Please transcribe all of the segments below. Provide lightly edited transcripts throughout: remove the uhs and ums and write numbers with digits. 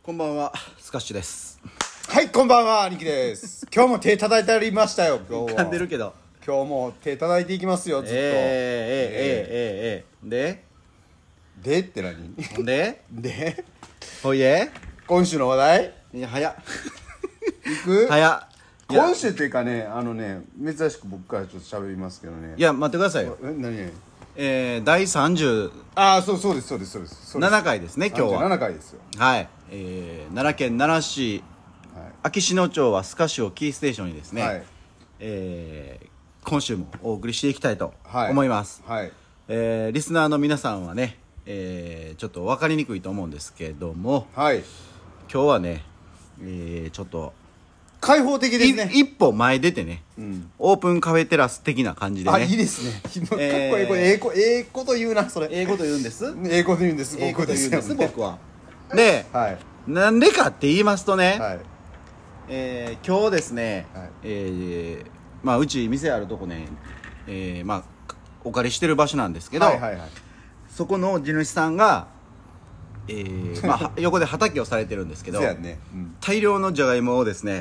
こんばんは、スカッシュです。 はい、こんばんは、兄貴です。今日も手叩いてありましたよ、今日は。 噛んでるけど。 今日も手叩いていきますよ、ずっと。 でって何ほんでで、 ほいで今週の話題いや、早っ。 いく早っ。 今週っていうかね、珍しく僕からちょっと喋りますけどね。 いや、待ってくださいよ。 何第37 ああ、そうです。 回ですね、今日は。 7回ですよ。 はい。奈良県奈良市、秋篠町はスカッシュをキーステーションにですね、 はい。 今週もお送りしていきたいと思います。 はい。 リスナーの皆さんはね、ちょっと分かりにくいと思うんですけども、 はい。 今日はね、ちょっと開放的ですね。 一歩前出てね、 うん。 オープンカフェテラス的な感じであ、いいね、 ですね。かっこいい。これ、ええこと言うな、それ。 英語と言うんです。 ええこと言うんです、 英語と言うんですよね僕は。で、 はい。 なんでかって言いますとね、 はい。 今日ですね、 はいまあうち店あるとこね、まあお借りしてる場所なんですけど、 はいはいはい。 そこの地主さんが、まあ横で畑をされてるんですけど、 そうやね。うん。 大量のじゃがいもをですね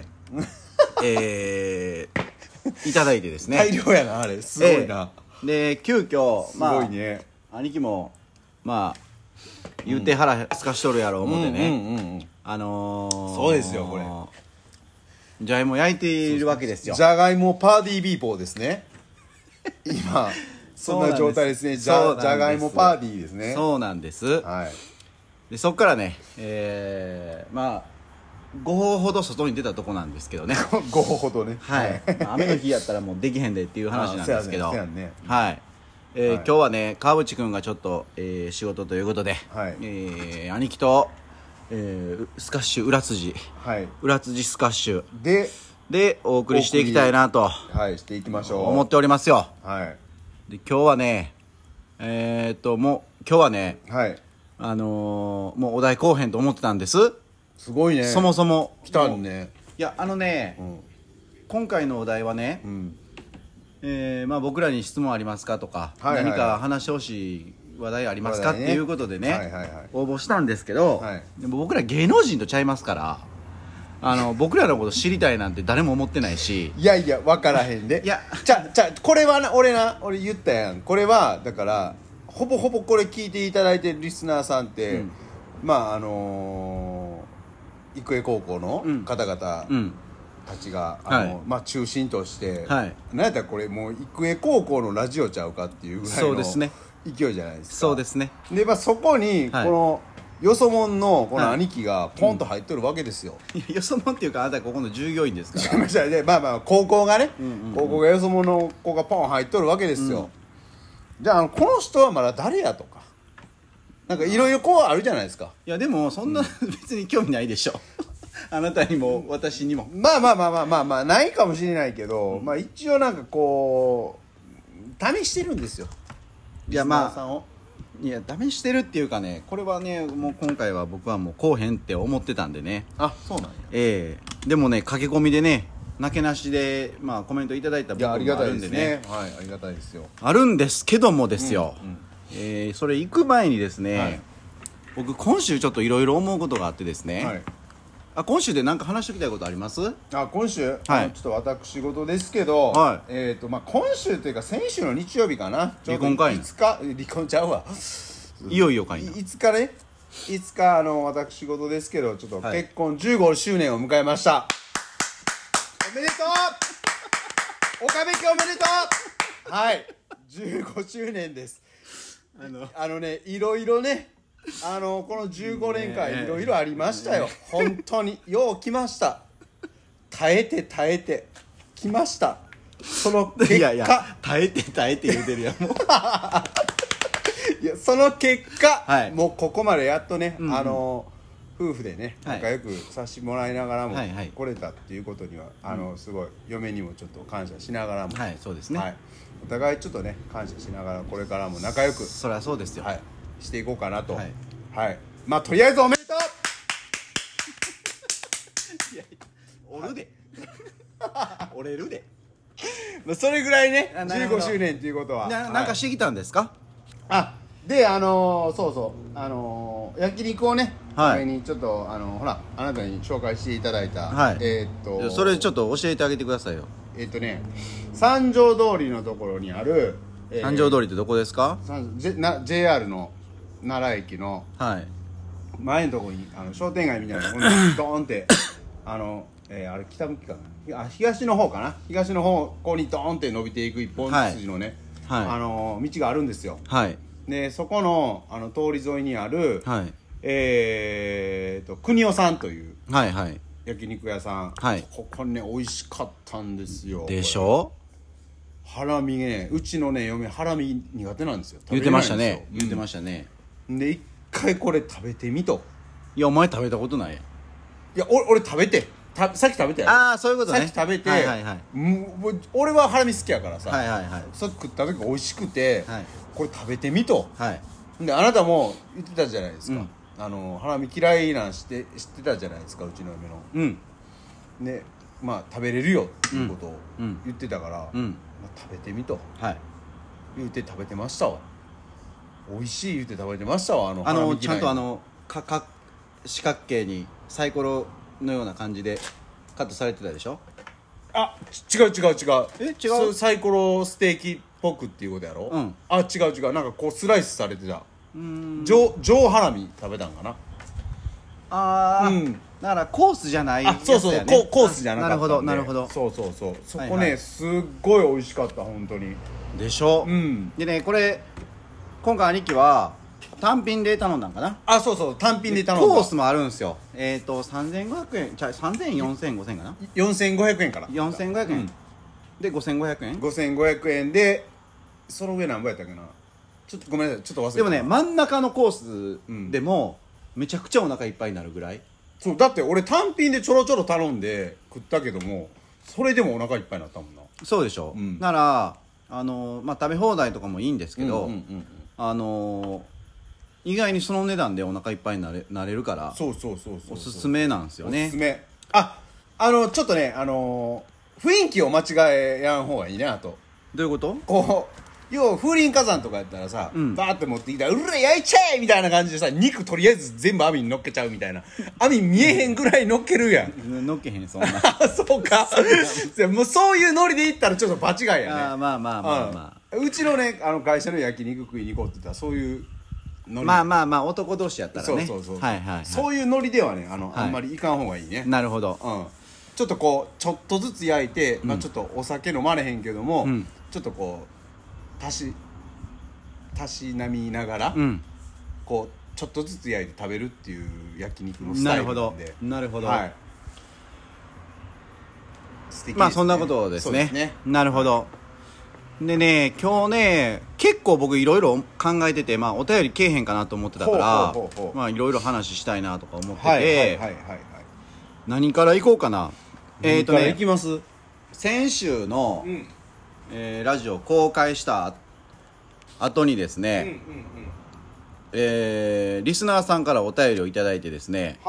いただいてですね、 大量やな、あれ。すごいな。 で急遽すごいね。 兄貴もまあ言うて腹すかしとるやろ思ってね、 そうですよ、これ。 じゃがいも焼いているわけですよ。 じゃがいもパーティービーポーですね。今、そんな状態ですね。じゃがいもパーティーですね。 そうなんです。 はい。 でそっからね、まあ5歩ほど外に出たとこなんですけどね 5歩ほどね。 はい雨の日やったらもうできへんでっていう話なんですけど、 そうやね。 はい、 はい今日はね川淵君がちょっと、仕事ということで、 はい兄貴と、スカッシュ裏辻スカッシュでお送りしていきたいなとはいしていきましょう思っておりますよ。 はいで今日はねもう今日はねはいもうお題後編と思ってたんです。 すごいね。 そもそも来たんね。 いや今回のお題はね、まあ僕らに質問ありますかとか、何か話してほしい話題ありますかっていうことでね応募したんですけど、でも僕ら芸能人とちゃいますから僕らのこと知りたいなんて誰も思ってないし、 いやいや分からへんで。 いやこれはな俺言ったやん。これはだからほぼほぼこれ聞いていただいてるリスナーさんって、まあ育英高校の方々たちが、まあ中心として、なんやったらこれもう育英高校のラジオちゃうかっていうぐらいの勢いじゃないですか。 そうですね。 でまあそこにこのよそもんのこの兄貴がポンと入っとるわけですよ。 よそもんっていうかあなたここの従業員ですから。 まあまあ高校がね、高校がよそもんの子がポン入っとるわけですよ。じゃあこの人はまだ誰やとかなんかいろいろこうあるじゃないですか。 いやでもそんな別に興味ないでしょあなたにも私にも。 まあないかもしれないけど、まあ一応なんかこう試してるんですよ。 いやまあいや試してるっていうかね、これはねもう今回は僕はもうこうへんって思ってたんでね。 あ、そうなんや。 でもね駆け込みでねなけなしでまあコメントいただいた部分もあるんでね。 はい、ありがたいですよ。 あるんですけどもですよ、それ行く前にですね、僕今週ちょっといろいろ思うことがあってですね、今週で何か話しておきたいことあります？ 今週、ちょっと私事ですけど、まあ今週というか先週の日曜日かな。 離婚会離婚ちゃうわ。 いよいよかいな。 5日私事ですけどちょっと結婚15周年を迎えました。おめでとう。岡部家おめでとう。はい、15周年です。ねいろいろねこの15年間いろいろありましたよ。本当によう来ました。耐えて来ました。その結果いや耐えて言うてるやんもういやその結果、もうここまでやっとね、夫婦でね仲良くさせてもらいながらも来れたっていうことにはすごい嫁にもちょっと感謝しながらも、 そうですね、 お互いちょっとね感謝しながらこれからも仲良くそりゃそうですよ、 していこうかなと。まあとりあえずおめでとう。 いや折るで折れるでそれぐらいね15周年っていうことはなんかしてきたんですか？ でそうそう焼肉をね、 はい前にちょっとほらあなたに紹介していただいた、 はいそれちょっと教えてあげてくださいよ。 三条通りのところにある、 三条通りってどこですか？ JR の奈良駅のはい前のところに商店街みたいなところにドーンってあれ北向きかな、東の方かな、東の方向にドーンって伸びていく一本筋のね、 はい道があるんですよ。 はいでそこの通り沿いにある、 はい国尾さんというはいはい焼肉屋さん、 はいここね美味しかったんですよ。 でしょ。 ハラミね、うちのね嫁ハラミ苦手なんですよ。 言ってましたね食べれないんですよ。 言ってましたね。 で一回これ食べてみと。 いやお前食べたことない。 いや俺食べてさっき食べたよ。 ああそういうことね。 さっき食べて、 はいはいはいもう俺はハラミ好きやからさ、 はいはいはいさっき食った時美味しくて、 はいこれ食べてみと。 はいであなたも言ってたじゃないですか、 うんハラミ嫌いなん知ってたじゃないですか、うちの嫁の。 うんでまあ食べれるよっていうことをうん言ってたから、 うんまあ、食べてみとはい言って食べてましたわ。美味しい言って食べてましたわ。ハラミ嫌いちゃんと四角形にサイコロのような感じでカットされてたでしょ。 違う違う。 違うそうサイコロステーキっぽくっていうことやろ。 うん違うなんかこうスライスされてたうん上ハラミ食べたんかな。 ああ、 うんだからコースじゃないやつそうそうやね。 コースじゃなかったんで。 なるほどそうそこね、 はいはいすっごい美味しかった本当に。 でしょ、 うんでねこれ今回兄貴は単品で頼んだんかな。 そう単品で頼んだ。 コースもあるんですよ。3500円300040005000かな。 4500円から 4500円、 うんで5500円。 5500円でその上何ぼやったっけな、ちょっとごめんなさい、ちょっと忘れた。 でもね真ん中のコースでもめちゃくちゃお腹いっぱいになるぐらい。 そうだって俺単品でちょろちょろ頼んで食ったけども、それでもお腹いっぱいになったもんな。 そうでしょ、 うんなら食べ放題とかもいいんですけど、意外にその値段でお腹いっぱいになれるからそうおすすめなんですよね。 おすすめ。ちょっとね雰囲気を間違えやん方がいいなと。 どういうこと？ こう要は風林火山とかやったらさ、 うんバーって持ってきたら「うれ焼いちゃえ!」みたいな感じでさ、肉とりあえず全部網に乗っけちゃうみたいな。網見えへんぐらい乗っけるやん。 のっけへんそんなそうかもうそういうノリでいったらちょっと場違いやね。 まあうちのね会社の焼肉食いに行こうって言ったらそういうノリ。 まあ男同士やったらね。 そうはいはい、はい、 そういうノリではねはいあんまりいかん方がいいね。 なるほど。 ちょっとこうちょっとずつ焼いて、ちょっとお酒飲まれへんけども、ちょっとこうたしなみながら、こうちょっとずつ焼いて食べるっていう焼肉のスタイルなんで。 なるほど、 はい、素敵ですね。 まあそんなことですね。 そうですね。 なるほど。でね今日ね結構僕いろいろ考えてて、お便りけえへんかなと思ってたからいろいろ話したいなとか思ってて、何から行こうかな。 行きます。 先週の、ラジオ公開した後にですね、リスナーさんからお便りをいただいてですね、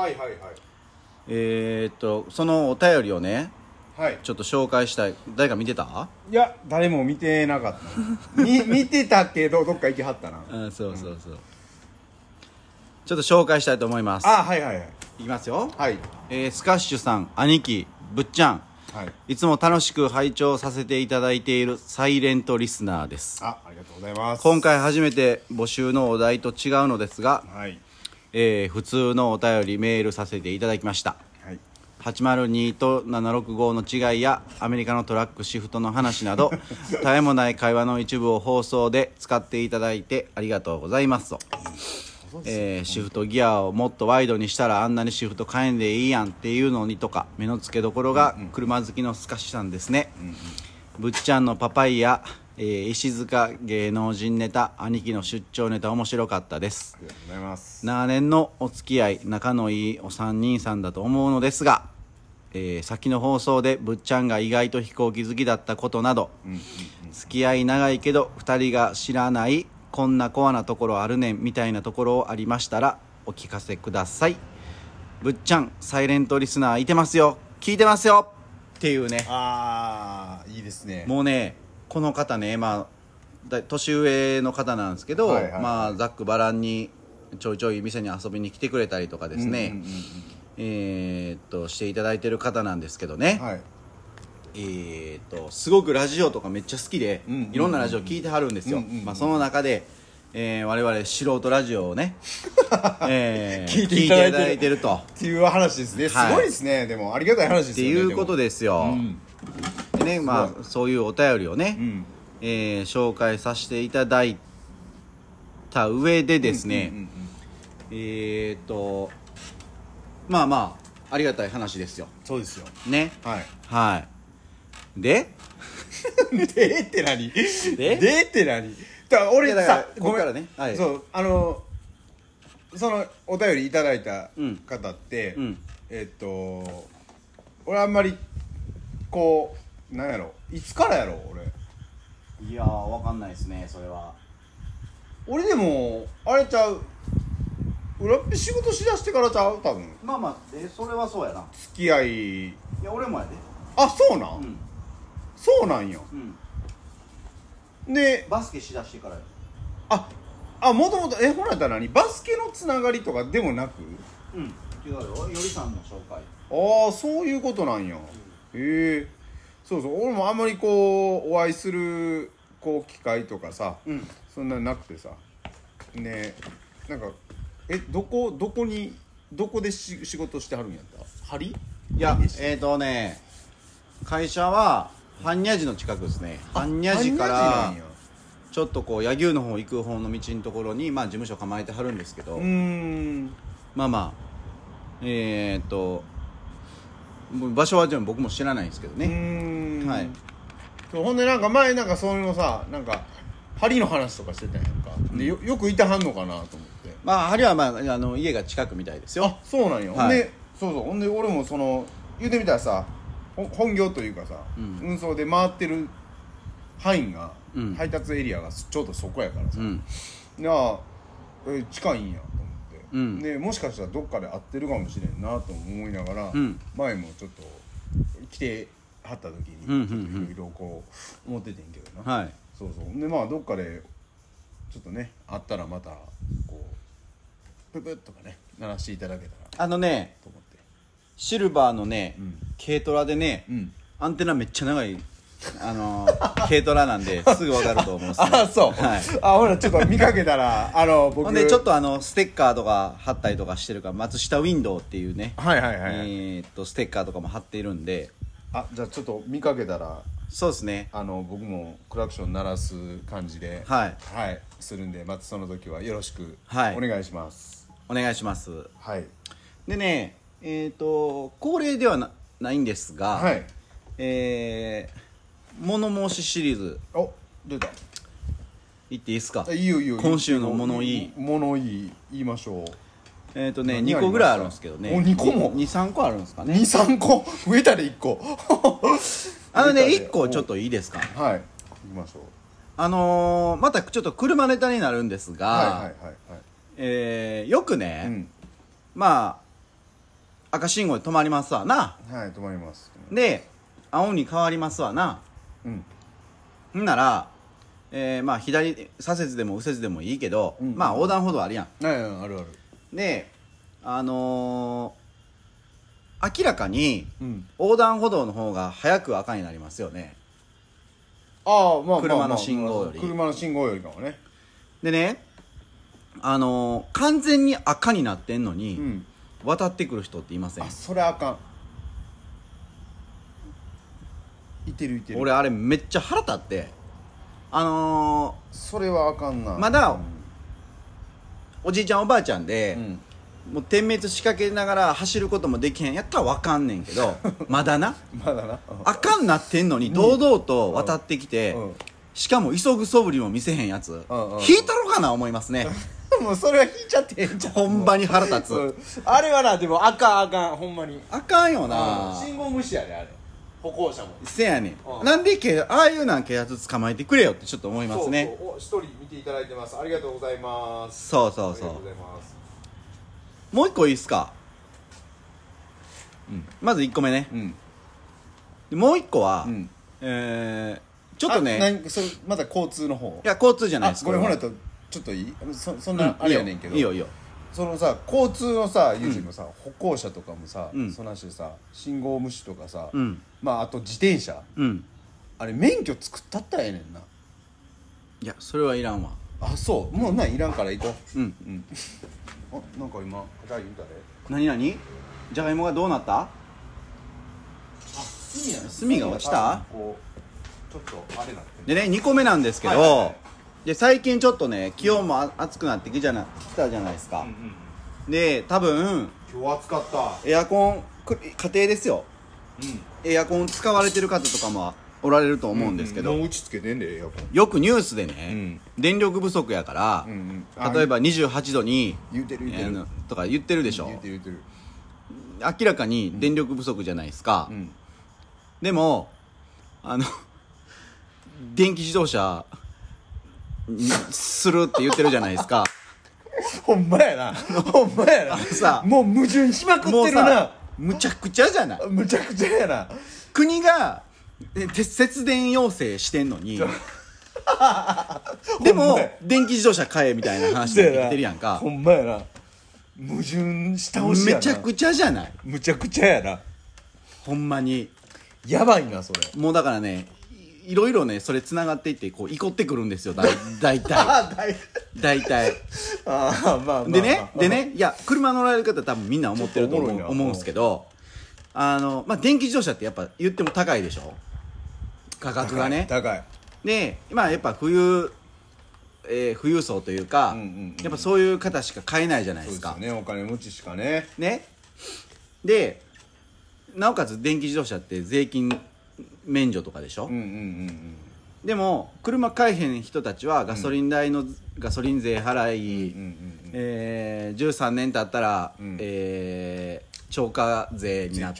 そのお便りをね、ちょっと紹介したい。誰か見てた？ いや誰も見てなかった見てたけどどっか行きはったな。 そうちょっと紹介したいと思います。いきますよ。スカッシュさん、兄貴、ぶっちゃん、いつも楽しく拝聴させていただいているサイレントリスナーです。 ありがとうございます。 今回初めて募集のお題と違うのですが、普通のお便りメールさせていただきました。802と765の違いやアメリカのトラックシフトの話など絶えもない会話の一部を放送で使っていただいてありがとうございますと。シフトギアをもっとワイドにしたらあんなにシフト変えんでいいやんっていうのにとか、目の付けどころが車好きのスカシさんですね。ぶっちゃんのパパイヤ、石塚芸能人ネタ、兄貴の出張ネタ面白かったです。 ありがとうございます。 長年のお付き合い、仲のいいお三人さんだと思うのですが、先の放送でぶっちゃんが意外と飛行機好きだったことなど、付き合い長いけど2人が知らないこんなコアなところあるねんみたいなところありましたらお聞かせください。ぶっちゃんサイレントリスナーいてますよ、聞いてますよっていうね。 いいですね。 もうねこの方ね、 年上の方なんですけど、 はいはいはい、 まあざっくばらんにちょいちょい店に遊びに来てくれたりとかですね、していただいてる方なんですけどね、 はい、 すごくラジオとかめっちゃ好きで、 うんうんうん、 いろんなラジオ聞いてはるんですよ、まあ、その中で、我々素人ラジオをね、 聞いていただいてるとっていう話ですね。すごいですね、はい、でもありがたい話ですよね。 っていうことですよ、でね、まあそういうお便りをね、紹介させていただいた上でですね、まあまあありがたい話ですよ。 そうですよね。 はいはい。ででって何でって何だから俺さ、 ここからね、はい、 そうそのお便りいただいた方って、俺あんまりこうなんやろ、いつからやろ俺。 いやーわかんないですね、それは。 俺でもあれちゃう、裏っぺ仕事しだしてからちゃう、多分。 まあまあそれはそうやな。 付き合い。 いや俺もやで。 あ、そうなん、そうなんよ、でバスケしだしてからや。 もともとほらやったら何、バスケのつながりとかでもなく、 違うよ、よりさんの紹介。 ああ、そういうことなんや、そうそう、俺もあんまりこうお会いするこう機会とかさ、そんななくてさね、なんかどこで仕事してはるんやった？針？ いや、会社は般若寺の近くですね。般若寺からちょっとこう柳生の方行く方の道のところに、まあ事務所構えてはるんですけど、まあまあ場所は僕も知らないんですけどね。はい。 ほんでなんか前なんかそういうのさ、なんか針の話とかしてたやんか、でよくいてはんのかなと思って。 まあ針はまあ家が近くみたいですよ。 あ、そうなんよ、はい、でそうそう、ほんで俺もその言うてみたらさ、本業というかさ、運送で回ってる範囲が、配達エリアがちょうどそこやからさ、近いんやと思って、でもしかしたらどっかで会ってるかもしれんなと思いながら、前もちょっと来てはった時にちょっといろいろこう思っててんけどな、そうそう、でまあどっかでちょっとね会ったらまたこうププッとかね鳴らしていただけたらと思って。 シルバーのね、軽トラでね、アンテナめっちゃ長い軽トラなんですぐ分かると思うんですね。 あ、そう、ほらちょっと見かけたら僕ほんでちょっとステッカーとか貼ったりとかしてるから、松下ウィンドウっていうね、ステッカーとかも貼っているんで、 じゃあちょっと見かけたら、 そうですね、 僕もクラクション鳴らす感じで、するんで、またその時はよろしくお願いします。 お願いします。でね、恒例ではないんですが、物申しシリーズ、 出た。 言っていいですか？ いいよいいよ。 今週の物言い言いましょう。 2個ぐらいあるんですけどね。 2個も 2,3 個あるんですかね。 2,3 個増えたで1個 1個ちょっといいですか？ はい、行きましょう。 またちょっと車ネタになるんですが、よくね、まあ赤信号で止まりますわな。 止まります。 で青に変わりますわな。んならまあ左左折でも右折でもいいけど、まあ横断歩道あるやん。 あるある。 で明らかに横断歩道の方が早く赤になりますよね。車の信号より。 車の信号よりかもね。 でね、完全に赤になってんのに、渡ってくる人っていません？ それあかん。いてる。 俺あれめっちゃ腹立って、 それはあかんな。 まだ、おじいちゃんおばあちゃんで、もう点滅仕掛けながら走ることもできへんやったらわかんねんけどまだなあかんなってんのに堂々と渡ってきて、しかも急ぐ素振りも見せへんやつ、引いたろかな思いますね。 もうそれは引いちゃってんじゃん。 ほんまに腹立つ。 あれはな、でもあかんほんまにあかんよな。 信号無視やで、あれ歩行者も。 せやねん。なんでああいうなん警察捕まえてくれよってちょっと思いますね。 一人見ていただいてます。ありがとうございます。 そう。もう一個いいっすか？まず1個目ね。もう一個は、 ちょっとねそれまだ交通の方。 いや交通じゃないです。 これほらとちょっといい、そんなあれやねんけど、 いいよいいよ。 そのさ交通のさ YouTube もさ、歩行者とかもさ、そんなしてさ信号無視とかさ、まああと自転車、あれ免許作ったったらええねんな。 いやそれはいらんわ。 あそうもうないらんから行こう。あなんか今じゃあ言うたで。 何じゃがいもがどうなった？炭が落ちた？ こうちょっとあれなってでね2個目なんですけど、で最近ちょっとね気温も暑くなってきたじゃないですか。で多分今日暑かった。 エアコン家庭ですよ、エアコン使われてる方とかもおられると思うんですけど、 もう打ちつけてんでエアコン。 よくニュースでね、電力不足やから、例えば28度に言うてるとか言ってるでしょ。 言うてる明らかに電力不足じゃないですか。でも電気自動車するって言ってるじゃないですか。 ほんまやなほんまやなさもう矛盾しまくってるな。 むちゃくちゃじゃない。 むちゃくちゃやな。 国が節電要請してんのにでも電気自動車買えみたいな話になってきてるやんか。 ほんまやな。矛盾したほしやな。 めちゃくちゃじゃない。 むちゃくちゃやな。 ほんまにやばいなそれ。 もうだからねいろいろねそれつながっていってこういこってくるんですよ大体大体まあでねいや車乗られる方多分みんな思ってると思うんですけど、まあ電気自動車ってやっぱ言っても高いでしょ価格がね。 高いで今やっぱ富裕層というか、やっぱそういう方しか買えないじゃないですか。 そうですよね、お金持ちしかね。 でなおかつ電気自動車って税金免除とかでしょ。でも車買えへん人たちはガソリン代の、ガソリン税払い、13年経ったら、超過税になって、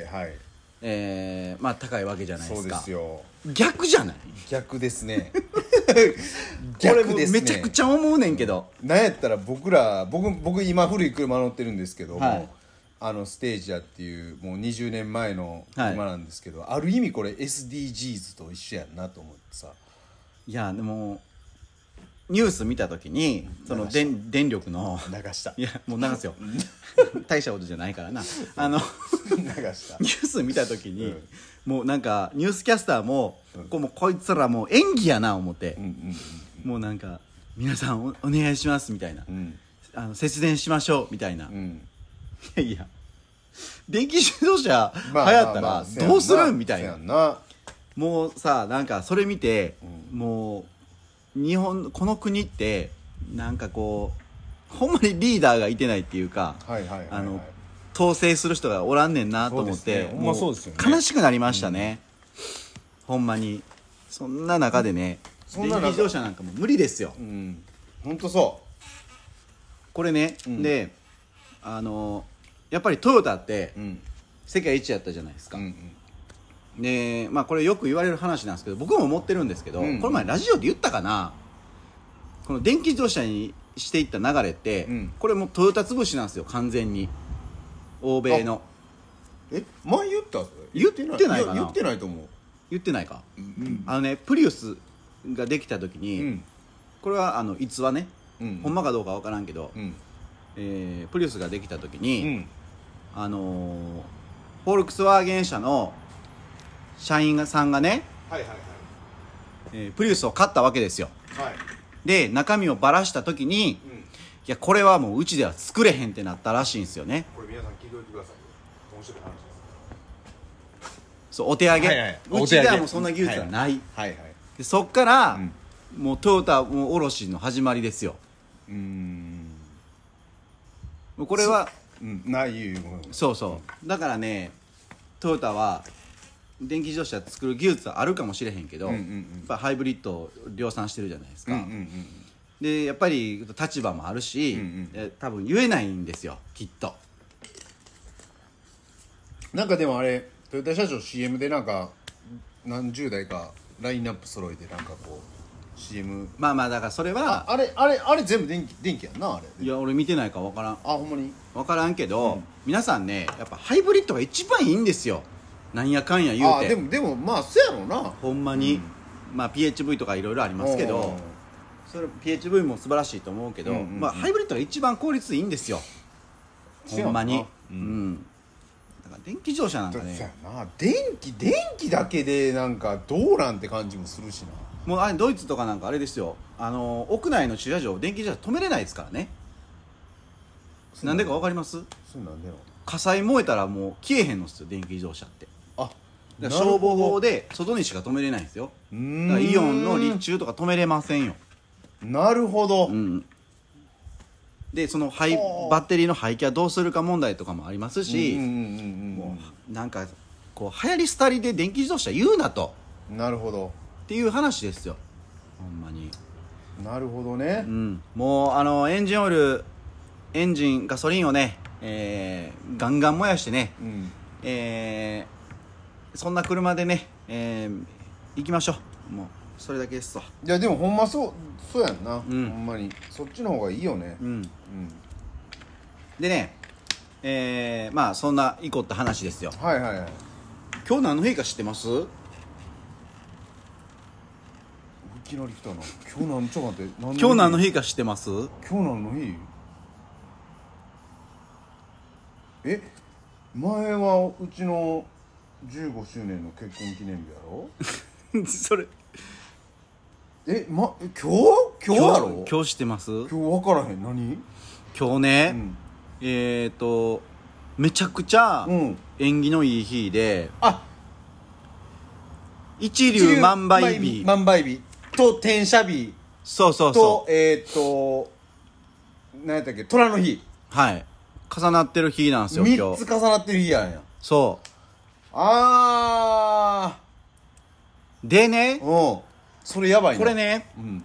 まあ高いわけじゃないですか。 そうですよ。 逆じゃない？ 逆ですね逆ですね。めちゃくちゃ思うねんけど、 なんやったら僕今古い車乗ってるんですけども、ステージアっていうもう20年前の車なんですけど、ある意味これ SDGs と一緒やんなと思ってさ。 いやでもニュース見た時にその電力の流した。 いやもう流すよ大したことじゃないからな。 流したニュース見た時に、もうなんかニュースキャスターも、こいつらもう演技やな思って、もうなんか皆さん お願いしますみたいな、節電しましょうみたいな、いや電気自動車流行ったらどうするみたいな。もうさなんかそれ見て、もうこの国ってなんかこうほんまにリーダーがいてないっていうか、統制する人がおらんねんなと思って、もう悲しくなりましたね、ほんまに。そんな中でね電気自動車なんかも無理ですよ。 ほんとそうこれね、でやっぱりトヨタって世界一やったじゃないですか。でまあこれよく言われる話なんですけど、僕も思ってるんですけど、この前ラジオで言ったかな、この電気自動車にしていった流れって、これもうトヨタ潰しなんですよ完全に。欧米の前言った？ 言ってないかな。 言ってないと思う。 言ってないか。プリウスができた時に、これは逸話ね、ほんまかどうか分からんけど、プリウスができた時に、フォルクスワーゲン社の社員さんがね、プリウスを買ったわけですよ。で中身をばらした時に、いやこれはもううちでは作れへんってなったらしいんですよね。 これ皆さん聞いておいてくださいよ。面白い話です。 そうお手上げ、うちではもうそんな技術はない。でそっから、もうトヨタも卸の始まりですよ。これはないいう。 そうだからね、トヨタは電気自動車作る技術はあるかもしれへんけど、やっぱハイブリッドを量産してるじゃないですか。でやっぱり立場もあるし、多分言えないんですよきっと。 なんかでもあれトヨタ社長 CM でなんか何十台かラインナップ揃えてなんかこう CM。 まあだからそれはあれ全部電気やんなあれ。 いや俺見てないから分からん。 ほんまに分からんけど、皆さんねやっぱハイブリッドが一番いいんですよ、なんやかんや言うて。 でもまあそうやろうな、 ほんまに。 まあ PHV とかいろいろありますけど、それ PHV も素晴らしいと思うけど、まあハイブリッドが一番効率いいんですよ、ほんまに。だから電気自動車なんかね、 電気だけでなんかどうなんて感じもするしな。 もうあれドイツとかなんかあれですよ、屋内の駐車場電気自動車止めれないですからね。なんでか分かります？ そうなんでの火災燃えたらもう消えへんのっすよ、電気自動車って。 あ、 消防法で外にしか止めれないんですよ。だからイオンの立中とか止めれませんよ。 なるほど。 でそのバッテリーの廃棄はどうするか問題とかもありますし、もうなんかこう流行り廃りで電気自動車言うなと。 なるほどっていう話ですよ、ほんまに。 なるほどね。 もうエンジンオイル、エンジンガソリンをね、ガンガン燃やしてね、そんな車でね、行きましょう。もうそれだけですわ。 いやでもほんまそうやんな、ほんまにそっちの方がいいよね。 でね、まあそんなイコって話ですよ。 はいはいはい。 今日何の日か知ってます？いきなり来たな。今日ちょっと待って、 今日何の日か知ってます？ 今日何の日？前はうちの15周年の結婚記念日やろそれ今日やろ？ 今日知ってます？ 今日分からへん。何？ 今日ね、めちゃくちゃ縁起のいい日で、一粒万倍日と転写日と何やったっけ、虎の日、 はい重なってる日なんですよ。 3つ重なってる日やんや。 そうでね、 それやばいな。 これね、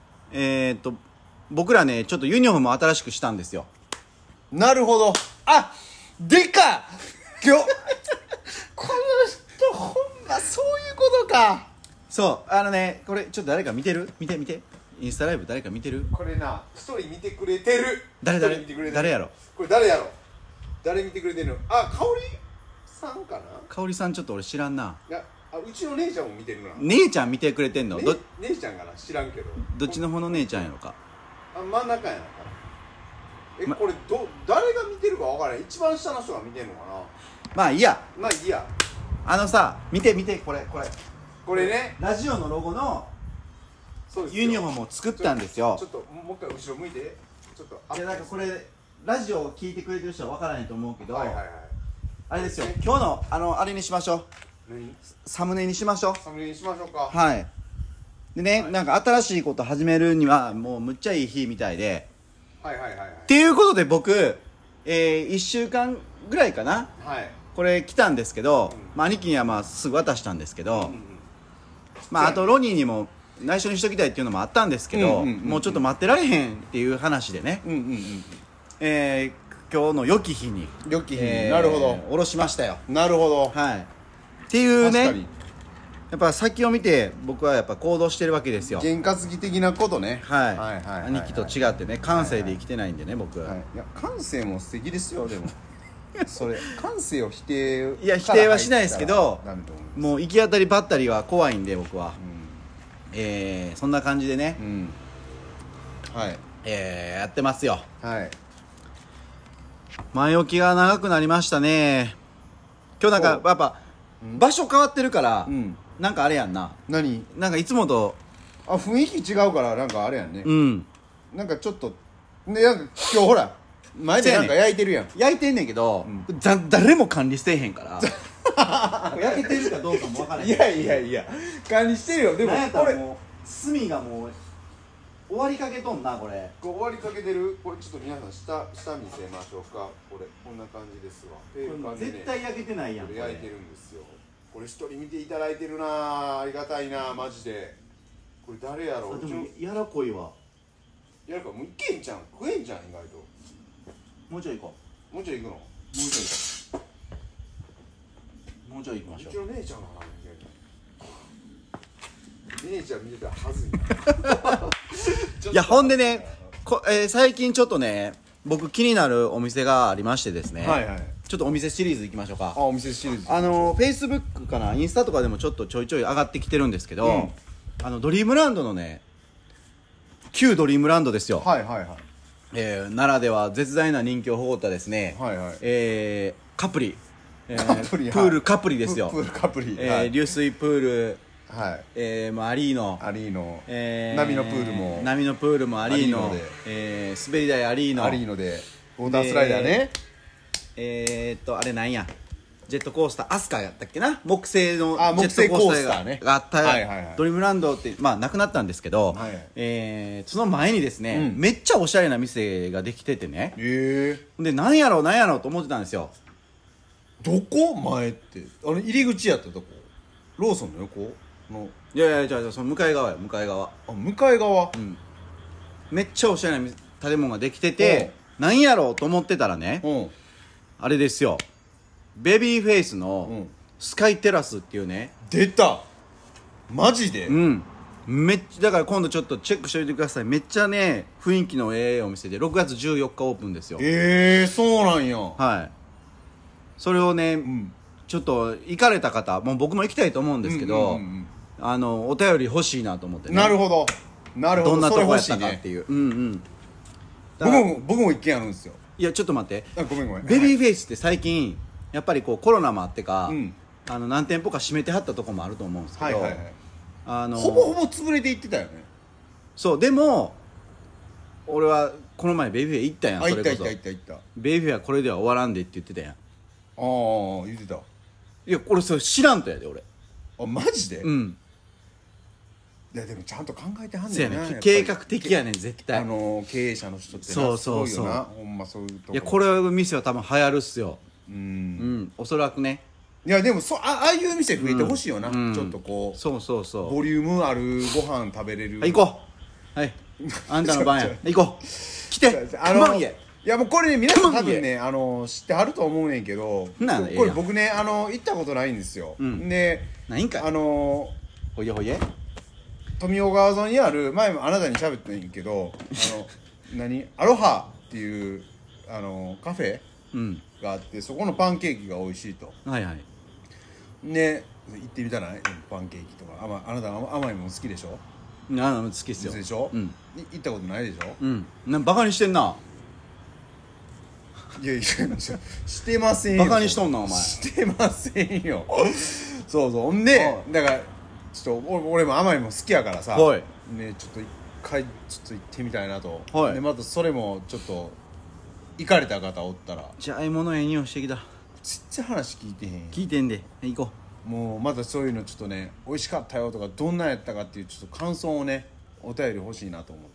僕らねちょっとユニフォーム新しくしたんですよ。 なるほど。でか今日この人ほんまそういうことか。 そうね、これちょっと誰か見てる？見てインスタライブ誰か見てる？ これな、一人見てくれてる。 誰やろ？ これ誰やろ？誰見てくれてるの？香織さんかな？ 香織さんちょっと俺知らんな。 うちの姉ちゃんも見てるな。 姉ちゃん見てくれてんの？ 姉ちゃんかな、知らんけど。 どっちの方の姉ちゃんやろか。 真ん中やな。これ誰が見てるか分からない。一番下の人が見てるのかな。 まあいいや。 さ見てこれね、 ラジオのロゴのユニフォームを作ったんですよ。 ちょっともう一回後ろ向いて。ちょっといやなんかこれラジオを聞いてくれてる人は分からないと思うけど、あれですよ、今日のあれにしましょう。サムネにしましょう。 サムネにしましょうか。 はいでね、なんか新しいこと始めるにはもうむっちゃいい日みたいで、っていうことで僕、1週間ぐらいかな、これ来たんですけど、兄貴にはすぐ渡したんですけど、あとロニーにも内緒にしときたいっていうのもあったんですけど、もうちょっと待ってられへんっていう話でね、今日の良き日になるほど下ろしましたよ。 なるほど。 っていうね、やっぱ先を見て僕はやっぱ行動してるわけですよ。 験担ぎ的なことね。 兄貴と違ってね、感性で生きてないんでね、僕。 いや感性も素敵ですよ。でもそれ感性を否定はしないですけど、もう行き当たりばったりは怖いんで僕は、そんな感じでね、やってますよ。前置きが長くなりましたね。今日なんかやっぱ場所変わってるから、なんかあれやんな。なんかいつもと雰囲気違うから、なんかあれやんね。なんかちょっとね、なんか今日ほら前でなんか焼いてるやん。 焼いてんねんけど、誰も管理してへんから焼けてるかどうかも分からへん。 いや管理してるよ。でもこれ炭がもう終わりかけとんな。これ終わりかけてる。これちょっと皆さん下見せましょうか。こんな感じですわ。 絶対焼けてないやん。 これ焼いてるんですよ。これ一人見ていただいてるな。ありがたいな、マジで。これ誰やろう。 でもやらこいわ。 やるか、もういけんじゃん。食えんじゃん、意外と。 もうちょい行こう。もうちょい行くの。 もうちょい行きましょう。 うちの姉ちゃんが姉ちゃん見てたらはずいな。 いやほんでね、最近ちょっとね、僕気になるお店がありましてですね、ちょっとお店シリーズ行きましょうか。 お店シリーズ。 Facebook かな、インスタとかでもちょっとちょいちょい上がってきてるんですけど、 ドリームランドのね旧ドリームランドですよ。 はいはいはい。 奈良では絶大な人気を誇ったですね、 はいはい、 カプリ、 カプリ、 プールカプリですよ。 プールカプリ、 流水プール、 はい、 アリーノ、 波のプールも、 波のプールもアリーノ、滑り台アリーノ、 でウォータースライダーね。 あれなんや、ジェットコースターアスカやったっけな、木製のジェットコースターがあった、ドリームランドってなくなったんですけど、その前にですね、めっちゃおしゃれな店ができててね、でなんやろうと思ってたんですよ。 どこ前って入り口やったとこ、ローソンの横の。 いやじゃあその向かい側や、向かい側。めっちゃおしゃれな建物ができてて、なんやろうと思ってたらね、あれですよ、ベビーフェイスのスカイテラスっていうね、 出た。マジで？ めっちゃ、だから今度ちょっとチェックしておいてください。めっちゃね雰囲気のええお店で6月14日オープンですよ。 そうなんや。 はい。それをね、ちょっと行かれた方もう僕も行きたいと思うんですけど、お便り欲しいなと思ってね。 なるほどどんなとこやったかっていう。 僕も一軒あるんですよ。 いやちょっと待って、 ごめんベビーフェイスって最近やっぱりこうコロナもあってか、何店舗か閉めてはったとこもあると思うんですけど、 ほぼほぼ潰れていってたよね。 そう。でも俺はこの前ベビーフェイ行ったやん。それこそ行ったベビーフェイはこれでは終わらんでって言ってたやん。 言ってた。 いやこれそれ知らんとやで俺。 マジで？いやでもちゃんと考えてはんねんな。 計画的やねん絶対。 経営者の人ってすごいよな。ほんまそういうとこ。 いやこれ店は多分流行るっすよ。おそらくね。 いやでもああいう店増えてほしいよな。ちょっとこうそうボリュームあるご飯食べれる。 行こう。はい、あんたの番や。行こう。来て。 いやもうこれね皆さん多分ね知ってはると思うねんけど、これ僕ね行ったことないんですよ。でないんかい。ほいほい。 富岡川沿いにある、前もあなたに喋ったんやけどアロハっていうカフェがあって、そこのパンケーキが美味しいと。ね、行ってみたらパンケーキとか。あなた甘いもん好きでしょ？ 好きっすよ。 でしょ？行ったことないでしょ？ バカにしてんな。 いやしてませんよ。 バカにしとんなお前。 してませんよ。そうほんでだからちょっと俺も甘いもん好きやからさ、ね、ちょっと一回ちょっと行ってみたいなと。でまたそれもちょっと行かれた方おったら。 じゃあ物ええ匂いしてきた。 ちっちゃい話聞いてへん。 聞いてんで行こう。もうまたそういうのちょっとね、美味しかったよとかどんなんやったかっていうちょっと感想をねお便り欲しいなと思って。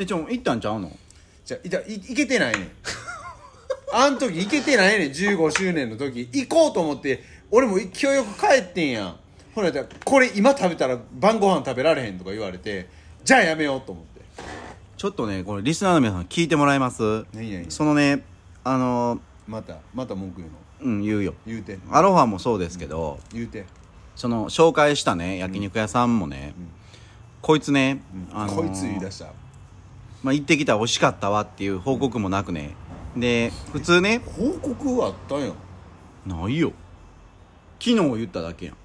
行ったんちゃうの？ じゃあ行けてないねん。あん時行けてないねん。15周年の時行こうと思って俺も勢いよく帰ってんやん。ほらこれ今食べたら晩ご飯食べられへんとか言われて、じゃあやめようと思って。 ちょっとねこれリスナーの皆さん聞いてもらえます？そのねまた文句言うの？言うよ。 言うて。 アロハもそうですけど、 言うて。 その紹介したね焼肉屋さんもね、こいつね、 こいつ言い出した。 行ってきたら美味しかったわっていう報告もなくね。で普通ね報告はあったんや。 ないよ。昨日言っただけやん。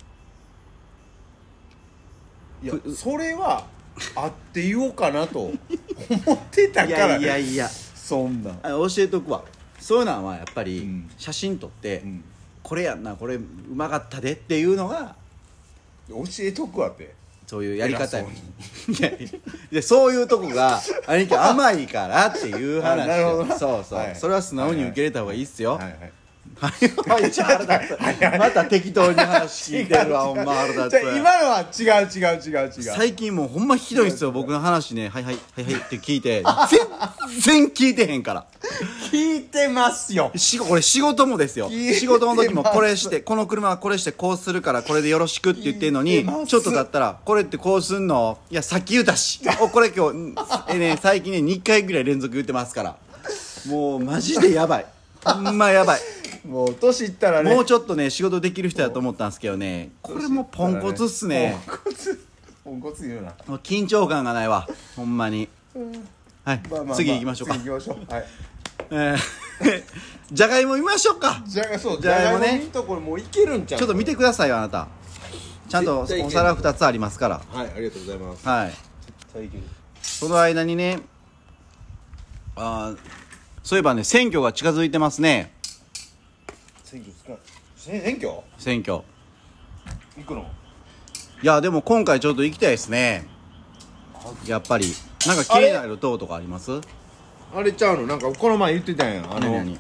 いやそれはあって言おうかなと思ってたから。 いやそんな教えとくわ。そういうのはやっぱり写真撮って、これやんな、これうまかったでっていうのが教えとくわって。 そういうやり方や。いやそういうとこが兄貴甘いからっていう話。 なるほどな。 そう、それは素直に受け入れた方がいいっすよ。また適当に話聞いてるわ。ほんま腹立つ。 今のは違う。 最近もうほんまひどいっすよ。僕の話ね、はいって聞いて全然聞いてへんから。 聞いてますよ。 これ仕事もですよ。仕事の時もこれして、この車はこれしてこうするからこれでよろしくって言ってんのに、ちょっとだったらこれってこうすんの？いやさっき言うたし。これ今日ね最近ね2回ぐらい連続言ってますから。もうマジでやばい。ほんまやばい。 もう年いったらね、 もうちょっとね仕事できる人やと思ったんですけどね、これもポンコツっすね。 ポンコツ言うな。 もう緊張感がないわほんまに。はい、次行きましょうか。 次行きましょう。はい。 じゃがいも見ましょうか。 じゃがいもね。これもういけるんちゃう？ ちょっと見てくださいよあなた。 ちゃんとお皿2つありますから。 はい、ありがとうございます。 はい。 絶対いける。 その間にね、そういえばね、選挙が近づいてますね。 選挙選挙行くの？ いやでも今回ちょっと行きたいですね。やっぱりなんか気になる党とかあります？ あれちゃうの？なんかこの前言ってたんやん。 何